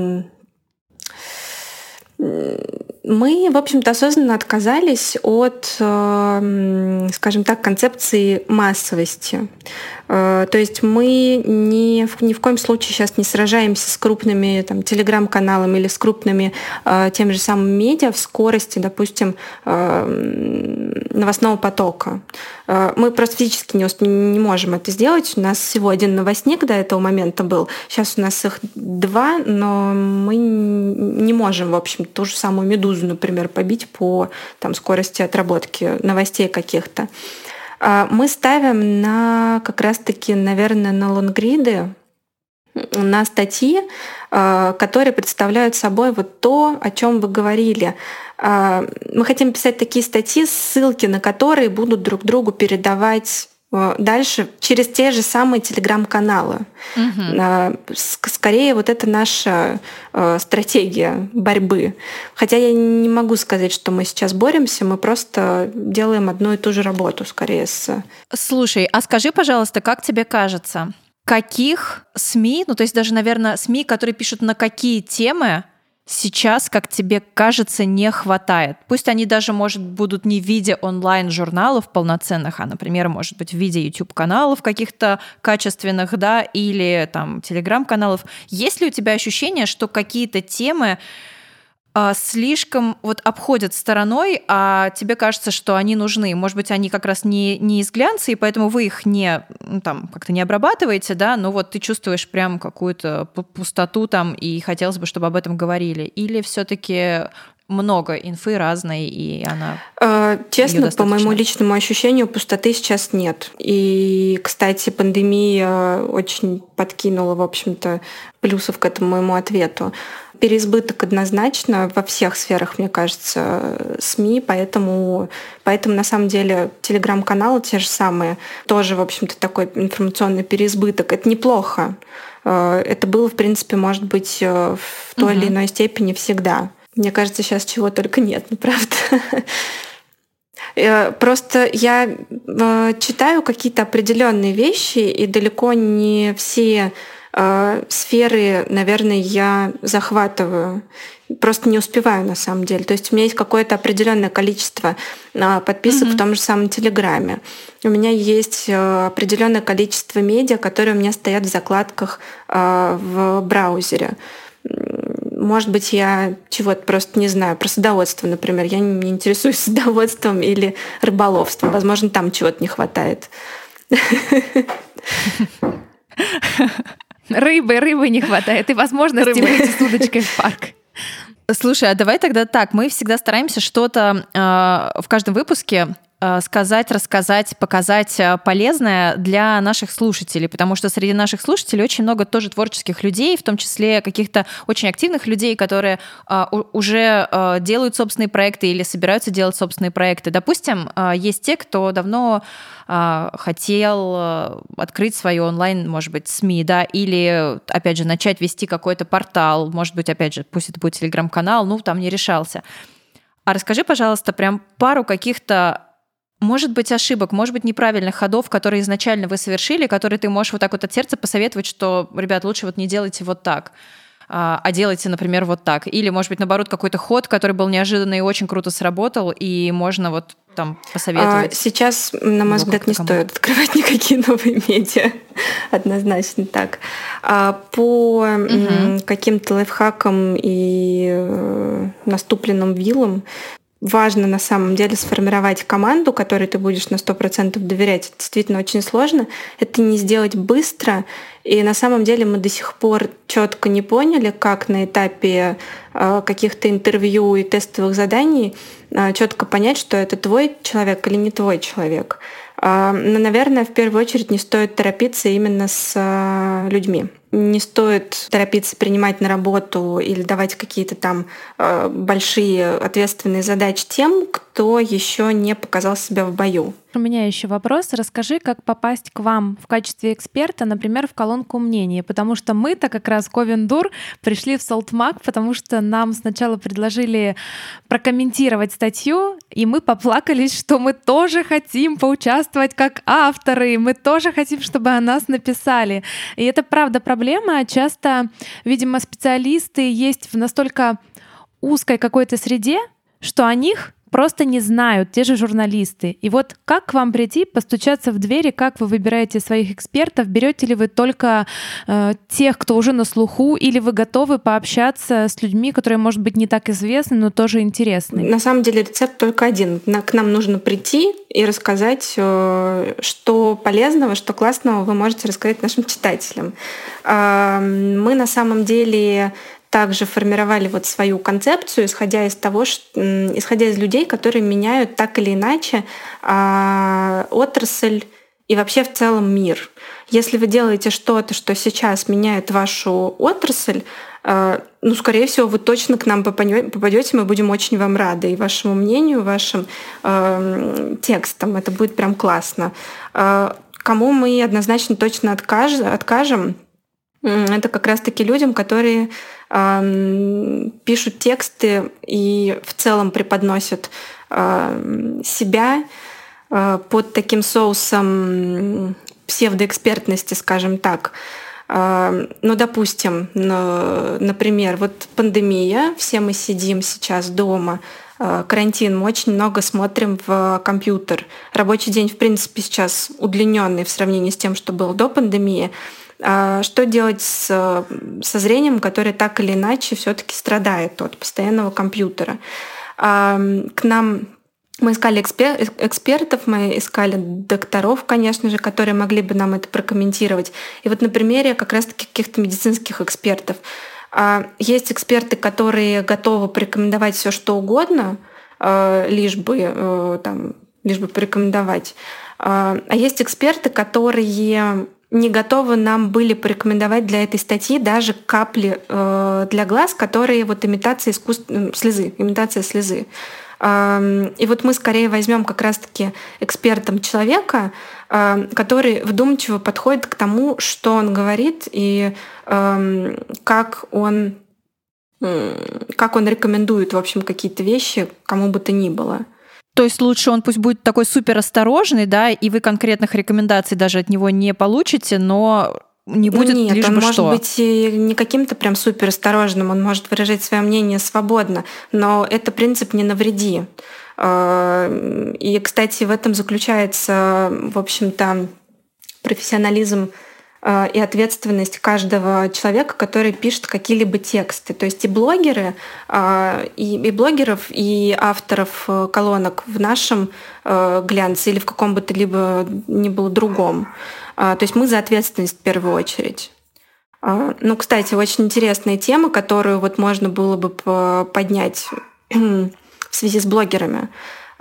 мы, в общем-то, осознанно отказались от, скажем так, концепции массовости. То есть мы ни в коем случае сейчас не сражаемся с крупными там, телеграм-каналами или с крупными тем же самым медиа в скорости, допустим, новостного потока. Мы просто физически не можем это сделать. У нас всего один новостник до этого момента был. Сейчас у нас их 2, но мы не можем, в общем, ту же самую «Медузу», например, побить по там, скорости отработки новостей каких-то. Мы ставим как раз-таки, наверное, на лонгриды, на статьи, которые представляют собой вот то, о чем вы говорили. Мы хотим писать такие статьи, ссылки на которые будут друг другу передавать дальше через те же самые телеграм-каналы. Угу. Скорее, вот это наша стратегия борьбы. Хотя я не могу сказать, что мы сейчас боремся, мы просто делаем одну и ту же работу, скорее. Слушай, а скажи, пожалуйста, как тебе кажется, каких СМИ, ну то есть даже, наверное, СМИ, которые пишут на какие темы, сейчас, как тебе кажется, не хватает? Пусть они даже, может, будут не в виде онлайн-журналов полноценных, а, например, может быть, в виде YouTube-каналов каких-то качественных, да, или там Telegram-каналов. Есть ли у тебя ощущение, что какие-то темы слишком вот обходят стороной, а тебе кажется, что они нужны? Может быть, они как раз не из глянца, и поэтому вы их не, там, как-то не обрабатываете, да, но вот ты чувствуешь прям какую-то пустоту там, и хотелось бы, чтобы об этом говорили. Или все-таки много инфы разной, и она... Честно, по моему личному ощущению, пустоты сейчас нет. И, кстати, пандемия очень подкинула, в общем-то, плюсов к этому моему ответу. Переизбыток однозначно во всех сферах, мне кажется, СМИ, поэтому на самом деле телеграм-каналы те же самые, тоже, в общем-то, такой информационный переизбыток. Это неплохо. Это было, в принципе, может быть, в той или иной степени всегда. Мне кажется, сейчас чего только нет, ну правда. Просто я читаю какие-то определенные вещи, и далеко не все сферы, наверное, я захватываю. Просто не успеваю на самом деле. То есть у меня есть какое-то определенное количество подписок в том же самом Телеграме. У меня есть определенное количество медиа, которые у меня стоят в закладках в браузере. Может быть, я чего-то просто не знаю. Про садоводство, например. Я не интересуюсь садоводством или рыболовством. Возможно, там чего-то не хватает. Рыбы не хватает. И возможности выйти с удочкой в парк. Слушай, а давай тогда так. Мы всегда стараемся что-то в каждом выпуске сказать, рассказать, показать полезное для наших слушателей, потому что среди наших слушателей очень много тоже творческих людей, в том числе каких-то очень активных людей, которые уже делают собственные проекты или собираются делать собственные проекты. Допустим, есть те, кто давно хотел открыть свою онлайн, может быть, СМИ, да, или, опять же, начать вести какой-то портал, может быть, опять же, пусть это будет телеграм-канал, ну, там не решался. А расскажи, пожалуйста, прям пару каких-то, может быть, ошибок, может быть, неправильных ходов, которые изначально вы совершили, которые ты можешь вот так вот от сердца посоветовать, что, ребят, лучше вот не делайте вот так, а делайте, например, вот так. Или, может быть, наоборот, какой-то ход, который был неожиданный и очень круто сработал, и можно вот там посоветовать. Сейчас, на мой взгляд, не стоит открывать никакие новые медиа. Однозначно так. По каким-то лайфхакам и наступленным вилам важно на самом деле сформировать команду, которой ты будешь на 100% доверять. Это действительно очень сложно. Это не сделать быстро. И на самом деле мы до сих пор четко не поняли, как на этапе каких-то интервью и тестовых заданий четко понять, что это твой человек или не твой человек. Но, наверное, в первую очередь не стоит торопиться именно с людьми. Не стоит торопиться принимать на работу или давать какие-то там большие ответственные задачи тем, кто еще не показал себя в бою. У меня еще вопрос. Расскажи, как попасть к вам в качестве эксперта, например, в колонку мнений, потому что мы-то как раз Ковен.Дур пришли в Солтмак, потому что нам сначала предложили прокомментировать статью, и мы поплакались, что мы тоже хотим поучаствовать как авторы, мы тоже хотим, чтобы о нас написали. И это правда проблема. Часто, видимо, специалисты есть в настолько узкой какой-то среде, что о них просто не знают те же журналисты. И вот как к вам прийти, постучаться в двери, как вы выбираете своих экспертов? Берете ли вы только тех, кто уже на слуху, или вы готовы пообщаться с людьми, которые, может быть, не так известны, но тоже интересны? На самом деле рецепт только один. К нам нужно прийти и рассказать, что полезного, что классного вы можете рассказать нашим читателям. Мы на самом деле также формировали вот свою концепцию, исходя из людей, которые меняют так или иначе отрасль и вообще в целом мир. Если вы делаете что-то, что сейчас меняет вашу отрасль, скорее всего, вы точно к нам попадете, мы будем очень вам рады и вашему мнению, вашим текстам. Это будет прям классно. Кому мы однозначно точно откажем, это как раз-таки людям, которые пишут тексты и в целом преподносят себя под таким соусом псевдоэкспертности, скажем так. Ну, допустим, например, вот пандемия, все мы сидим сейчас дома, карантин, мы очень много смотрим в компьютер. Рабочий день, в принципе, сейчас удлиненный в сравнении с тем, что было до пандемии. Что делать со зрением, которое так или иначе все-таки страдает от постоянного компьютера? К нам мы искали экспертов, мы искали докторов, конечно же, которые могли бы нам это прокомментировать. И вот на примере как раз-таки каких-то медицинских экспертов. Есть эксперты, которые готовы порекомендовать все, что угодно, лишь бы порекомендовать. А есть эксперты, которые не готовы нам были порекомендовать для этой статьи даже капли для глаз, которые вот имитация слезы. И вот мы скорее возьмем как раз-таки экспертом человека, который вдумчиво подходит к тому, что он говорит и как он рекомендует, в общем, какие-то вещи кому бы то ни было. То есть лучше он пусть будет такой супер осторожный, да, и вы конкретных рекомендаций даже от него не получите, но не будет лишь бы что. Нет, он может быть и не каким-то прям супер осторожным, он может выражать свое мнение свободно, но это принцип «не навреди». И, кстати, в этом заключается, в общем-то, профессионализм и ответственность каждого человека, который пишет какие-либо тексты. То есть и блогеры, и блогеров, и авторов колонок в нашем глянце или в каком бы то либо ни было другом. То есть мы за ответственность в первую очередь. Ну, кстати, очень интересная тема, которую вот можно было бы поднять в связи с блогерами.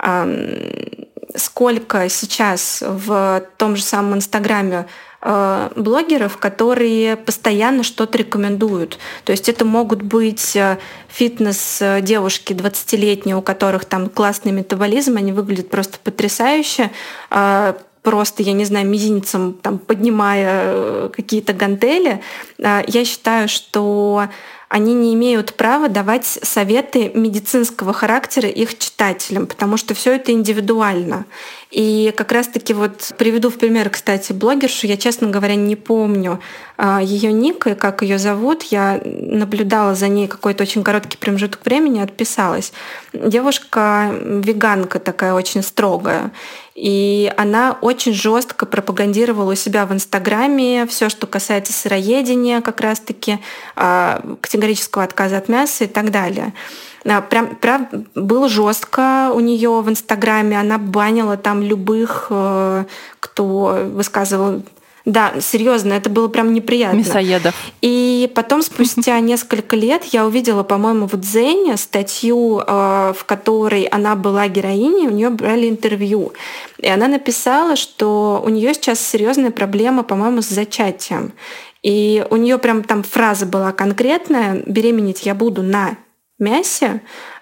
Сколько сейчас в том же самом Инстаграме блогеров, которые постоянно что-то рекомендуют. То есть это могут быть фитнес-девушки 20-летние, у которых там классный метаболизм, они выглядят просто потрясающе, просто, я не знаю, мизинцем там, поднимая какие-то гантели. Я считаю, что они не имеют права давать советы медицинского характера их читателям, потому что все это индивидуально. И как раз-таки вот приведу в пример, кстати, блогершу. Я, честно говоря, не помню ее ник и как ее зовут. Я наблюдала за ней какой-то очень короткий промежуток времени, отписалась. Девушка веганка такая очень строгая. И она очень жестко пропагандировала у себя в Инстаграме все, что касается сыроедения, как раз-таки категорического отказа от мяса и так далее. Прям было жестко у нее в Инстаграме. Она банила там любых, кто высказывал. Да, серьезно, это было прям неприятно. Мясоедов. И потом, спустя несколько лет, я увидела, по-моему, в Дзене статью, в которой она была героиней, у нее брали интервью. И она написала, что у нее сейчас серьезная проблема, по-моему, с зачатием. И у нее прям там фраза была конкретная: «Беременеть я буду на мясе».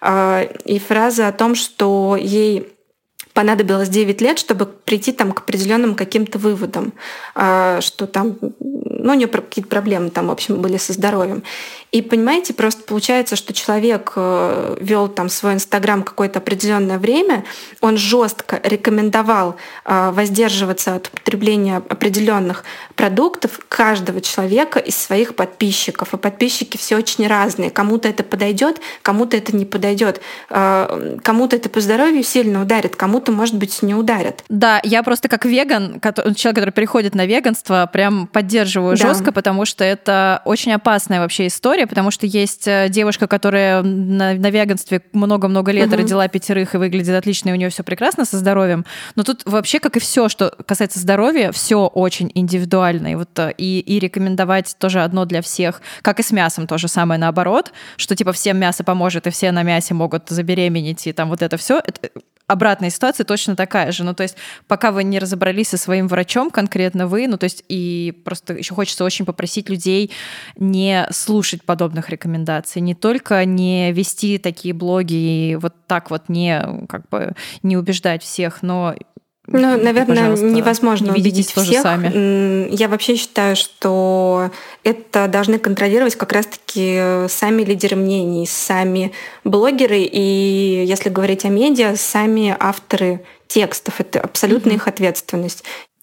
И фраза о том, что ей понадобилось 9 лет, чтобы прийти там к определенным каким-то выводам, что там, у нее какие-то проблемы там, в общем, были со здоровьем. И понимаете, просто получается, что человек вел там свой Инстаграм какое-то определенное время, он жестко рекомендовал воздерживаться от употребления определенных продуктов каждого человека из своих подписчиков. И подписчики все очень разные. Кому-то это подойдет, кому-то это не подойдет, кому-то это по здоровью сильно ударит, кому-то, может быть, не ударит. Да, я просто как веган, человек, который переходит на веганство, прям поддерживаю жестко, потому что это очень опасная вообще история, потому что есть девушка, которая на веганстве много-много лет родила 5 и выглядит отлично, и у нее все прекрасно со здоровьем. Но тут вообще, как и все, что касается здоровья, все очень индивидуально. И вот и рекомендовать тоже одно для всех, как и с мясом, то же самое наоборот, что типа всем мясо поможет, и все на мясе могут забеременеть, и там вот это все. Обратная ситуация точно такая же. Ну, то есть, пока вы не разобрались со своим врачом, конкретно вы, ну, то есть, и просто еще хочется очень попросить людей не слушать подобных рекомендаций, не только не вести такие блоги и вот так вот не убеждать всех, но наверное, невозможно убедить всех. Сами. Я вообще считаю, что это должны контролировать как раз-таки сами лидеры мнений, сами блогеры и, если говорить о медиа, сами авторы текстов. Это абсолютно их ответственность.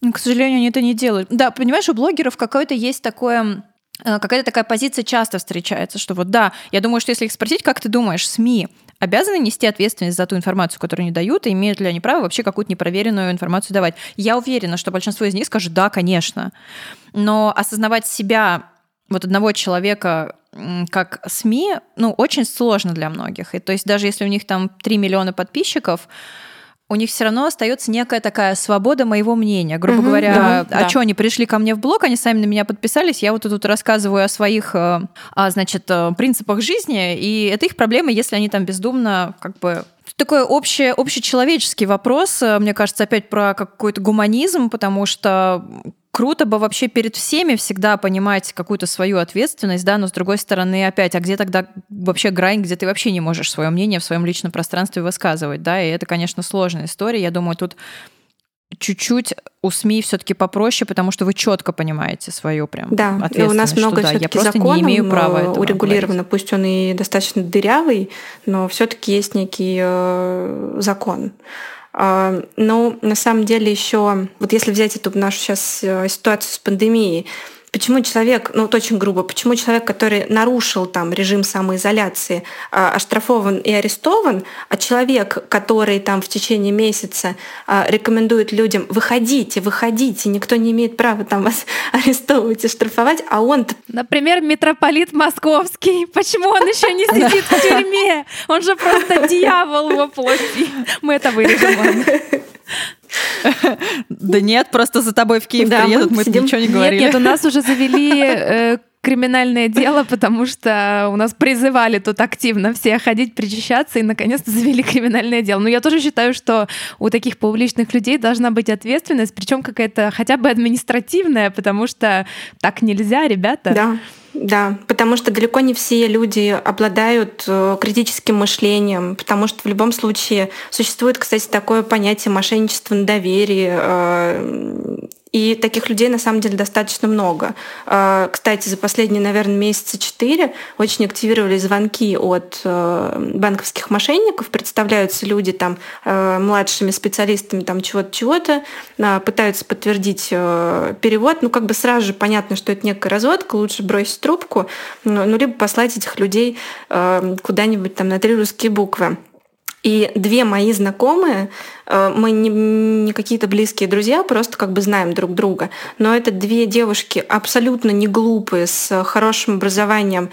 К сожалению, они это не делают. Да, понимаешь, у блогеров какая-то такая позиция часто встречается, что вот да, я думаю, что если их спросить, как ты думаешь, СМИ обязаны нести ответственность за ту информацию, которую они дают, и имеют ли они право вообще какую-то непроверенную информацию давать? Я уверена, что большинство из них скажут «да, конечно». Но осознавать себя, вот одного человека, как СМИ, очень сложно для многих. И то есть даже если у них там 3 миллиона подписчиков, у них все равно остается некая такая свобода моего мнения. Грубо говоря, что они пришли ко мне в блог, они сами на меня подписались, я вот тут рассказываю о своих, принципах жизни, и это их проблема, если они там бездумно Такой общечеловеческий вопрос, мне кажется, опять про какой-то гуманизм, потому что круто бы вообще перед всеми всегда понимать какую-то свою ответственность, да, но с другой стороны опять, а где тогда вообще грань, где ты вообще не можешь свое мнение в своем личном пространстве высказывать, да, и это, конечно, сложная история. Я думаю, тут чуть-чуть у СМИ все-таки попроще, потому что вы четко понимаете свою прям ответственность. Да, у нас много все-таки законом не имею права этого урегулировано, говорить. Пусть он и достаточно дырявый, но все-таки есть некий закон. Но на самом деле еще, вот если взять эту нашу сейчас ситуацию с пандемией, почему человек, очень грубо, почему человек, который нарушил там режим самоизоляции, оштрафован и арестован, а человек, который там в течение месяца рекомендует людям выходите, никто не имеет права там вас арестовывать и штрафовать, а он... Например, митрополит Московский. Почему он еще не сидит в тюрьме? Он же просто дьявол во плоти. Мы это вырежем, ладно. Да нет, просто за тобой в Киев приедут, мы ничего не говорили. Нет, у нас уже завели криминальное дело, потому что у нас призывали тут активно все ходить, причащаться, и наконец-то завели криминальное дело. Но я тоже считаю, что у таких публичных людей должна быть ответственность, причем какая-то хотя бы административная, потому что так нельзя, ребята. Да, потому что далеко не все люди обладают критическим мышлением, потому что в любом случае существует, кстати, такое понятие мошенничества на доверии. И таких людей на самом деле достаточно много. Кстати, за последние, наверное, месяца 4 очень активировались звонки от банковских мошенников. Представляются люди там младшими специалистами там чего-то, пытаются подтвердить перевод. Сразу же понятно, что это некая разводка, лучше бросить трубку, либо послать этих людей куда-нибудь там на 3 русские буквы. И 2 мои знакомые, мы не какие-то близкие друзья, просто знаем друг друга, но это 2 девушки абсолютно не глупые, с хорошим образованием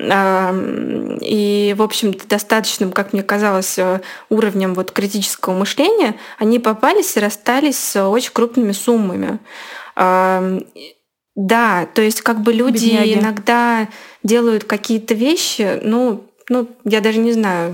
и, в общем-то, достаточным, как мне казалось, уровнем критического мышления, они попались и расстались с очень крупными суммами. Да, то есть люди Бедняги. Иногда делают какие-то вещи, я даже не знаю.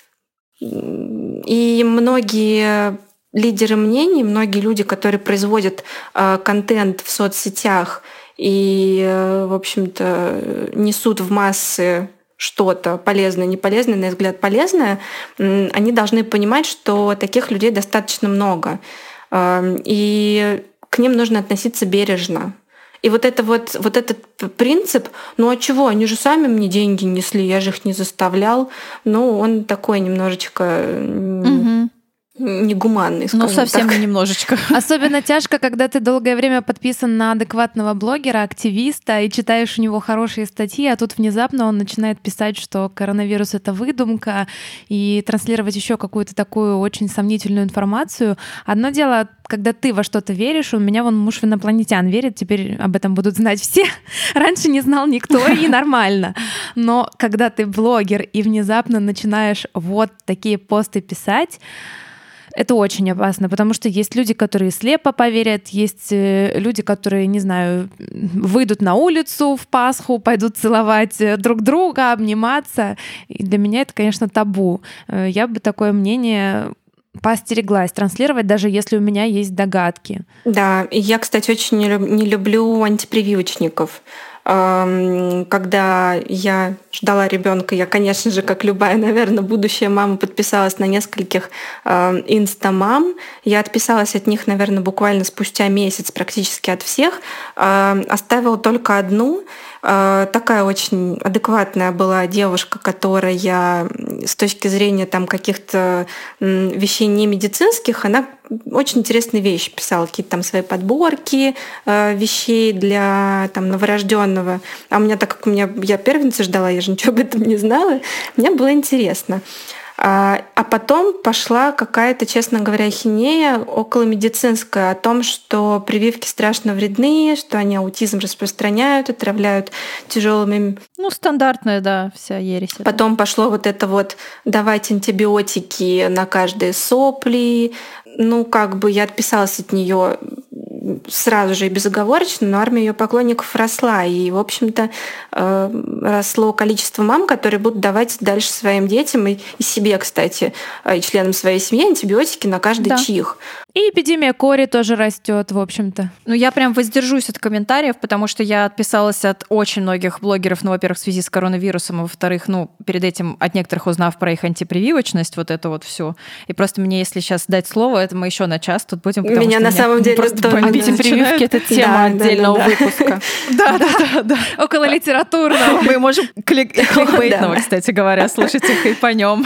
И многие лидеры мнений, многие люди, которые производят контент в соцсетях и, в общем-то, несут в массы что-то полезное, неполезное, на их взгляд, полезное, они должны понимать, что таких людей достаточно много. И к ним нужно относиться бережно. И вот этот принцип, а чего, они же сами мне деньги несли, я же их не заставлял, он такой немножечко негуманный, скажем совсем так. немножечко. Особенно тяжко, когда ты долгое время подписан на адекватного блогера, активиста, и читаешь у него хорошие статьи, а тут внезапно он начинает писать, что коронавирус — это выдумка, и транслировать еще какую-то такую очень сомнительную информацию. Одно дело, когда ты во что-то веришь, у меня муж в инопланетян верит, теперь об этом будут знать все. Раньше не знал никто, и нормально. Но когда ты блогер и внезапно начинаешь вот такие посты писать, это очень опасно, потому что есть люди, которые слепо поверят, есть люди, которые, не знаю, выйдут на улицу в Пасху, пойдут целовать друг друга, обниматься. И для меня это, конечно, табу. Я бы такое мнение поостереглась транслировать, даже если у меня есть догадки. Да, и я, кстати, очень не люблю антипрививочников. Когда я ждала ребенка, я, конечно же, как любая, наверное, будущая мама, подписалась на нескольких инстамам. Я отписалась от них, наверное, буквально спустя месяц практически от всех. Оставила только одну. Такая очень адекватная была девушка, которая с точки зрения там каких-то вещей не медицинских, она очень интересные вещи писала, какие-то там свои подборки вещей для там новорожденного. А у меня, так как я первенца ждала, я же ничего об этом не знала, мне было интересно. А потом пошла какая-то, честно говоря, ахинея околомедицинская о том, что прививки страшно вредны, что они аутизм распространяют, отравляют тяжелыми. Стандартная, да, вся ересь. Потом пошло вот это вот давать антибиотики на каждые сопли. Я отписалась от нее сразу же и безоговорочно, но армия ее поклонников росла. И, в общем-то, росло количество мам, которые будут давать дальше своим детям и себе, кстати, и членам своей семьи антибиотики на каждый чих. И эпидемия кори тоже растет, в общем-то. Я прям воздержусь от комментариев, потому что я отписалась от очень многих блогеров, во-первых, в связи с коронавирусом, а во-вторых, перед этим от некоторых узнав про их антипрививочность, вот это вот все. И просто мне, если сейчас дать слово, это мы еще на час тут будем, потому меня что на самом деле просто антипрививки — это тема отдельного выпуска. Да. Около литературного. Мы можем кликбейтного, кстать говоря, слушать их и по нем.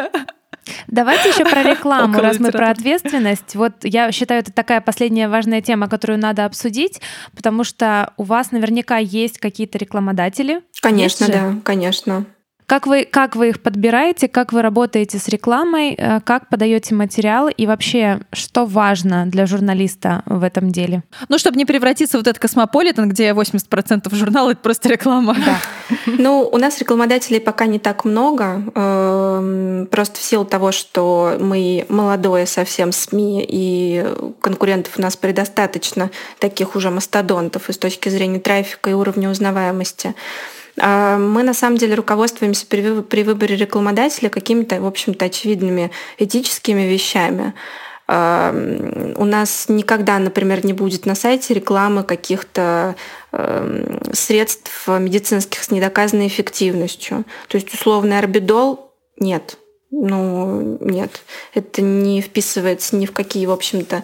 Давайте еще про рекламу, раз мы про ответственность. Вот я считаю, это такая последняя важная тема, которую надо обсудить, потому что у вас наверняка есть какие-то рекламодатели. Конечно, да, конечно. Как вы их подбираете, как вы работаете с рекламой, как подаете материал и вообще, что важно для журналиста в этом деле? Чтобы не превратиться в вот этот космополитен, где 80% журнала — это просто реклама. Да. У нас рекламодателей пока не так много, просто в силу того, что мы молодое совсем СМИ, и конкурентов у нас предостаточно, таких уже мастодонтов и с точки зрения трафика и уровня узнаваемости. Мы на самом деле руководствуемся при выборе рекламодателя какими-то, в общем-то, очевидными этическими вещами. У нас никогда, например, не будет на сайте рекламы каких-то средств медицинских с недоказанной эффективностью. То есть условный орбидол — нет. Нет. Это не вписывается ни в какие, в общем-то,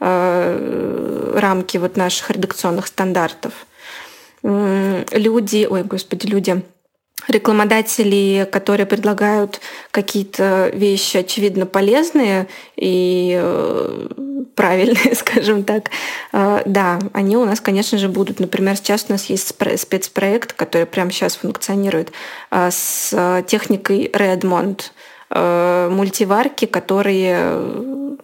рамки наших редакционных стандартов. Рекламодатели, которые предлагают какие-то вещи очевидно полезные и правильные, скажем так, да, они у нас, конечно же, будут. Например, сейчас у нас есть спецпроект, который прямо сейчас функционирует, с техникой Redmond, мультиварки, которые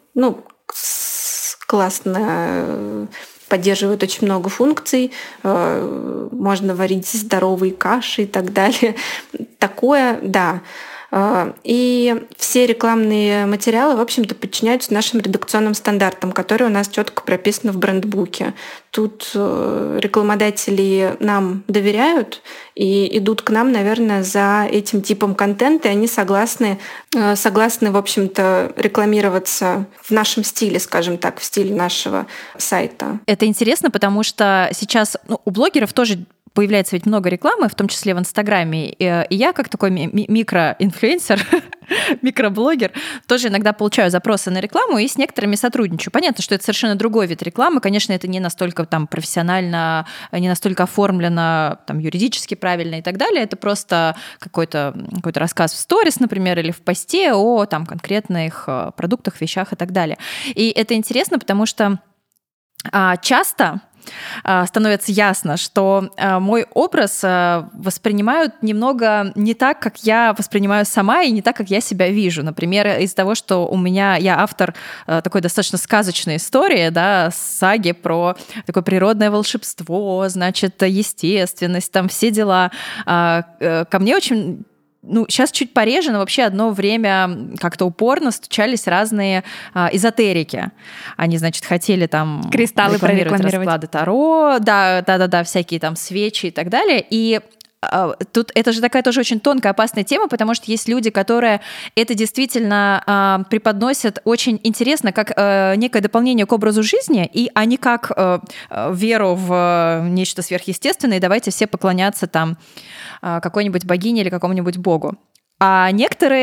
классно поддерживают очень много функций, можно варить здоровые каши и так далее. Такое, да. И все рекламные материалы, в общем-то, подчиняются нашим редакционным стандартам, которые у нас четко прописаны в брендбуке. Тут рекламодатели нам доверяют и идут к нам, наверное, за этим типом контента, и они согласны, в общем-то, рекламироваться в нашем стиле, скажем так, в стиле нашего сайта. Это интересно, потому что сейчас у блогеров тоже появляется ведь много рекламы, в том числе в Инстаграме. И я, как такой микроинфлюенсер, микроблогер, тоже иногда получаю запросы на рекламу и с некоторыми сотрудничаю. Понятно, что это совершенно другой вид рекламы. Конечно, это не настолько профессионально, не настолько оформлено юридически правильно и так далее. Это просто какой-то рассказ в сторис, например, или в посте о конкретных продуктах, вещах и так далее. И это интересно, потому что часто становится ясно, что мой образ воспринимают немного не так, как я воспринимаю сама, и не так, как я себя вижу. Например, из-за того, что я автор такой достаточно сказочной истории, да, саги про такое природное волшебство, значит, естественность, все дела. Ко мне очень... сейчас чуть пореже, но вообще одно время как-то упорно стучались разные эзотерики. Они, значит, хотели кристаллы прорекламировать, расклады Таро, да, всякие свечи и так далее. И тут это же такая тоже очень тонкая, опасная тема, потому что есть люди, которые это действительно преподносят очень интересно, как некое дополнение к образу жизни, и они как веру в нечто сверхъестественное, и давайте все поклоняться какой-нибудь богине или какому-нибудь богу. А некоторые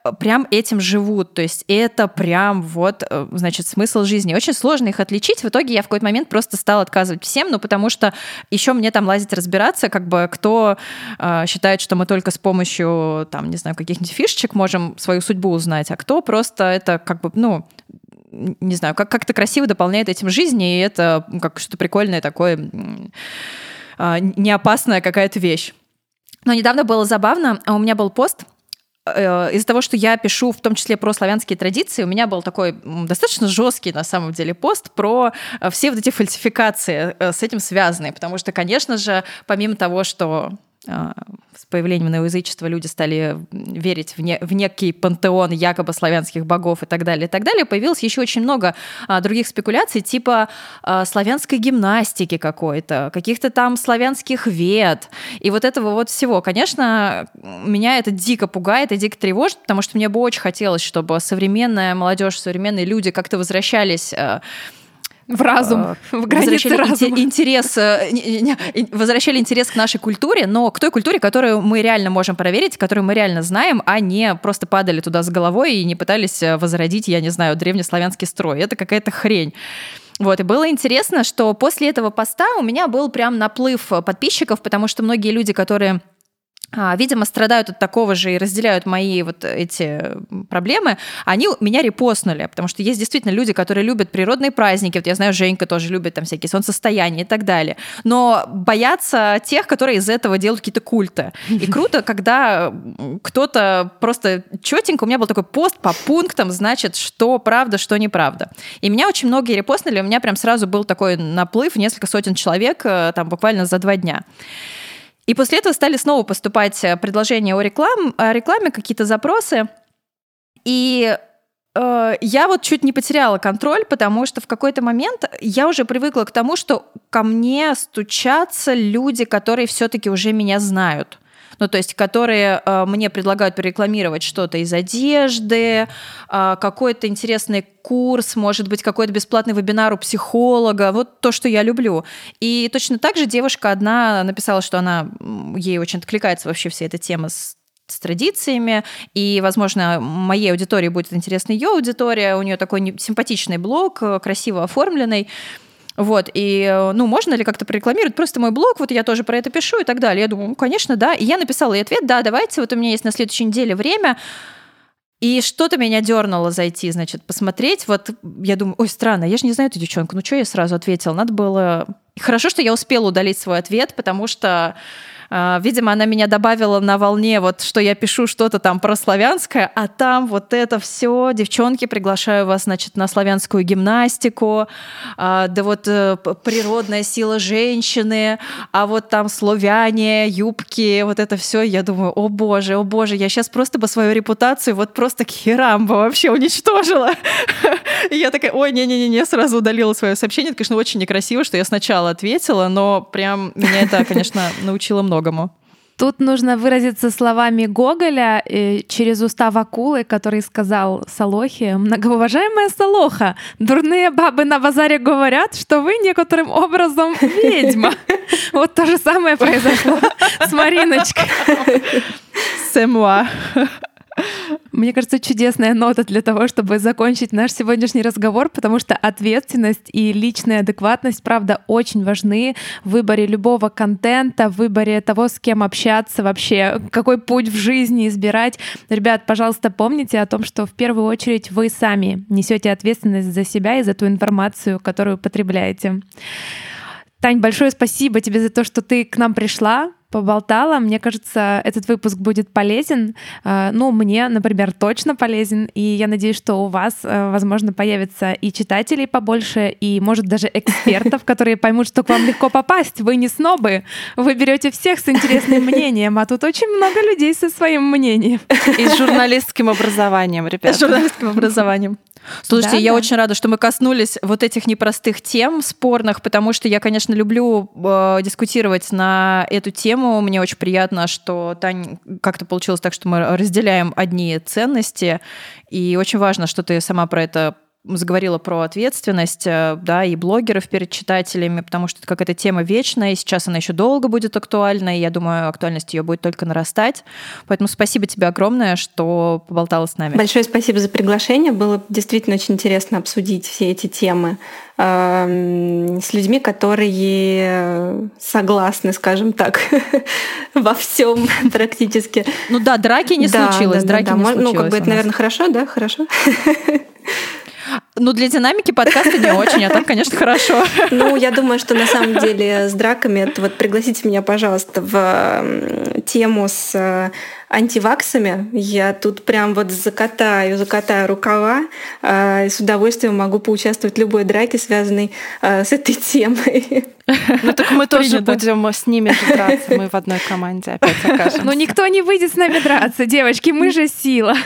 прям этим живут. То есть это прям вот, значит, смысл жизни. Очень сложно их отличить. В итоге я в какой-то момент просто стала отказывать всем, ну, потому что еще мне там лазить, разбираться, как бы кто считает, что мы только с помощью, там, не знаю, каких-нибудь фишечек можем свою судьбу узнать, а кто просто это как бы, ну, не знаю, как-то красиво дополняет этим жизнь, и это как что-то прикольное такое, неопасная какая-то вещь. Но недавно было забавно, у меня был пост, из-за того, что я пишу в том числе про славянские традиции, у меня был такой достаточно жесткий на самом деле пост про все вот эти фальсификации с этим связанные, потому что, конечно же, помимо того, что с появлением неоязычества люди стали верить в некий пантеон якобы славянских богов и так далее, появилось еще очень много других спекуляций, типа славянской гимнастики какой-то, каких-то там славянских вед, и вот этого вот всего. Конечно, меня это дико пугает и дико тревожит, потому что мне бы очень хотелось, чтобы современная молодежь, современные люди как-то возвращались в разум, в границы разума. Возвращали интерес к нашей культуре, но к той культуре, которую мы реально можем проверить, которую мы реально знаем, а не просто падали туда с головой и не пытались возродить, я не знаю, древнеславянский строй. Это какая-то хрень. Вот, и было интересно, что после этого поста у меня был прям наплыв подписчиков, потому что многие люди, которые видимо, страдают от такого же и разделяют мои вот эти проблемы, они меня репостнули, потому что есть действительно люди, которые любят природные праздники, вот я знаю, Женька тоже любит там всякие солнцестояния и так далее, но боятся тех, которые из этого делают какие-то культы. И круто, когда кто-то просто четенько, у меня был такой пост по пунктам, значит, что правда, что неправда. И меня очень многие репостнули, у меня прям сразу был такой наплыв, несколько сотен человек там буквально за 2 дня. И после этого стали снова поступать предложения о рекламе, какие-то запросы. И я вот чуть не потеряла контроль, потому что в какой-то момент я уже привыкла к тому, что ко мне стучатся люди, которые все-таки уже меня знают. Ну, то есть, которые мне предлагают порекламировать что-то из одежды, какой-то интересный курс, может быть, какой-то бесплатный вебинар у психолога, вот то, что я люблю. И точно так же девушка одна написала, что ей очень откликается вообще вся эта тема с традициями, и, возможно, моей аудитории будет интересна ее аудитория, у нее такой симпатичный блог, красиво оформленный. Вот, и, можно ли как-то прорекламировать просто мой блог, вот я тоже про это пишу и так далее. Я думаю, конечно, да. И я написала ей ответ, да, давайте, вот у меня есть на следующей неделе время, и что-то меня дернуло зайти, значит, посмотреть. Вот я думаю, ой, странно, я же не знаю эту девчонку, что я сразу ответила? Надо было... Хорошо, что я успела удалить свой ответ, потому что... Видимо, она меня добавила на волне, вот что я пишу что-то там про славянское, а там вот это все, девчонки, приглашаю вас, значит, на славянскую гимнастику, да вот природная сила женщины, а вот там славяне, юбки, вот это все. Я думаю, о боже, я сейчас просто бы свою репутацию вот просто к херам бы вообще уничтожила. И я такая, ой, не-не-не, сразу удалила свое сообщение. Это, конечно, очень некрасиво, что я сначала ответила, но прям меня это, конечно, научило многому. Тут нужно выразиться словами Гоголя через уста акулы, который сказал Солохе: «Многоуважаемая Солоха, дурные бабы на базаре говорят, что вы некоторым образом ведьма». Вот то же самое произошло с Мариночкой. C'est moi. Мне кажется, чудесная нота для того, чтобы закончить наш сегодняшний разговор, потому что ответственность и личная адекватность, правда, очень важны в выборе любого контента, в выборе того, с кем общаться вообще, какой путь в жизни избирать. Ребят, пожалуйста, помните о том, что в первую очередь вы сами несете ответственность за себя и за ту информацию, которую потребляете. Тань, большое спасибо тебе за то, что ты к нам пришла, поболтала. Мне кажется, этот выпуск будет полезен. Мне, например, точно полезен. И я надеюсь, что у вас, возможно, появится и читателей побольше, и, может, даже экспертов, которые поймут, что к вам легко попасть. Вы не снобы. Вы берете всех с интересным мнением, а тут очень много людей со своим мнением. И с журналистским образованием, ребята. С журналистским образованием. Слушайте, я очень рада, что мы коснулись вот этих непростых тем, спорных, потому что я, конечно, люблю дискутировать на эту тему. Мне очень приятно, что, Тань, как-то получилось так, что мы разделяем одни ценности, и очень важно, что ты сама про это заговорила про ответственность, да, и блогеров перед читателями, потому что это какая-то тема вечная, и сейчас она еще долго будет актуальна, и я думаю, актуальность ее будет только нарастать. Поэтому спасибо тебе огромное, что поболтала с нами. Большое спасибо за приглашение. Было действительно очень интересно обсудить все эти темы с людьми, которые согласны, скажем так, во всем практически. Ну да, драки не случилось, драки не случилось. Ну, как бы это, наверное, хорошо, да, хорошо. Ну, для динамики подкаста не очень, а так, конечно, хорошо. Ну, я думаю, что на самом деле с драками, это вот пригласите меня, пожалуйста, в тему с антиваксами. Я тут прям вот закатаю рукава, и с удовольствием могу поучаствовать в любой драке, связанной с этой темой. Ну так мы тоже будем с ними драться, мы в одной команде опять окажемся. Но никто не выйдет с нами драться, девочки, мы же сила.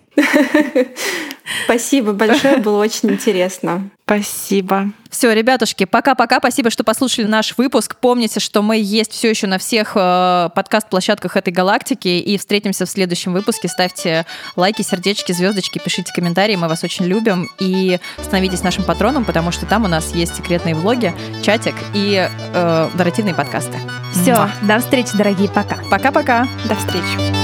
Спасибо большое, было очень интересно. Спасибо. Все, ребятушки, пока-пока. Спасибо, что послушали наш выпуск. Помните, что мы есть все еще на всех подкаст-площадках этой галактики. И встретимся в следующем выпуске. Ставьте лайки, сердечки, звездочки, пишите комментарии. Мы вас очень любим. И становитесь нашим патроном, потому что там у нас есть секретные влоги, чатик и нарративные подкасты. Все, до встречи, дорогие. Пока. Пока-пока. До встречи.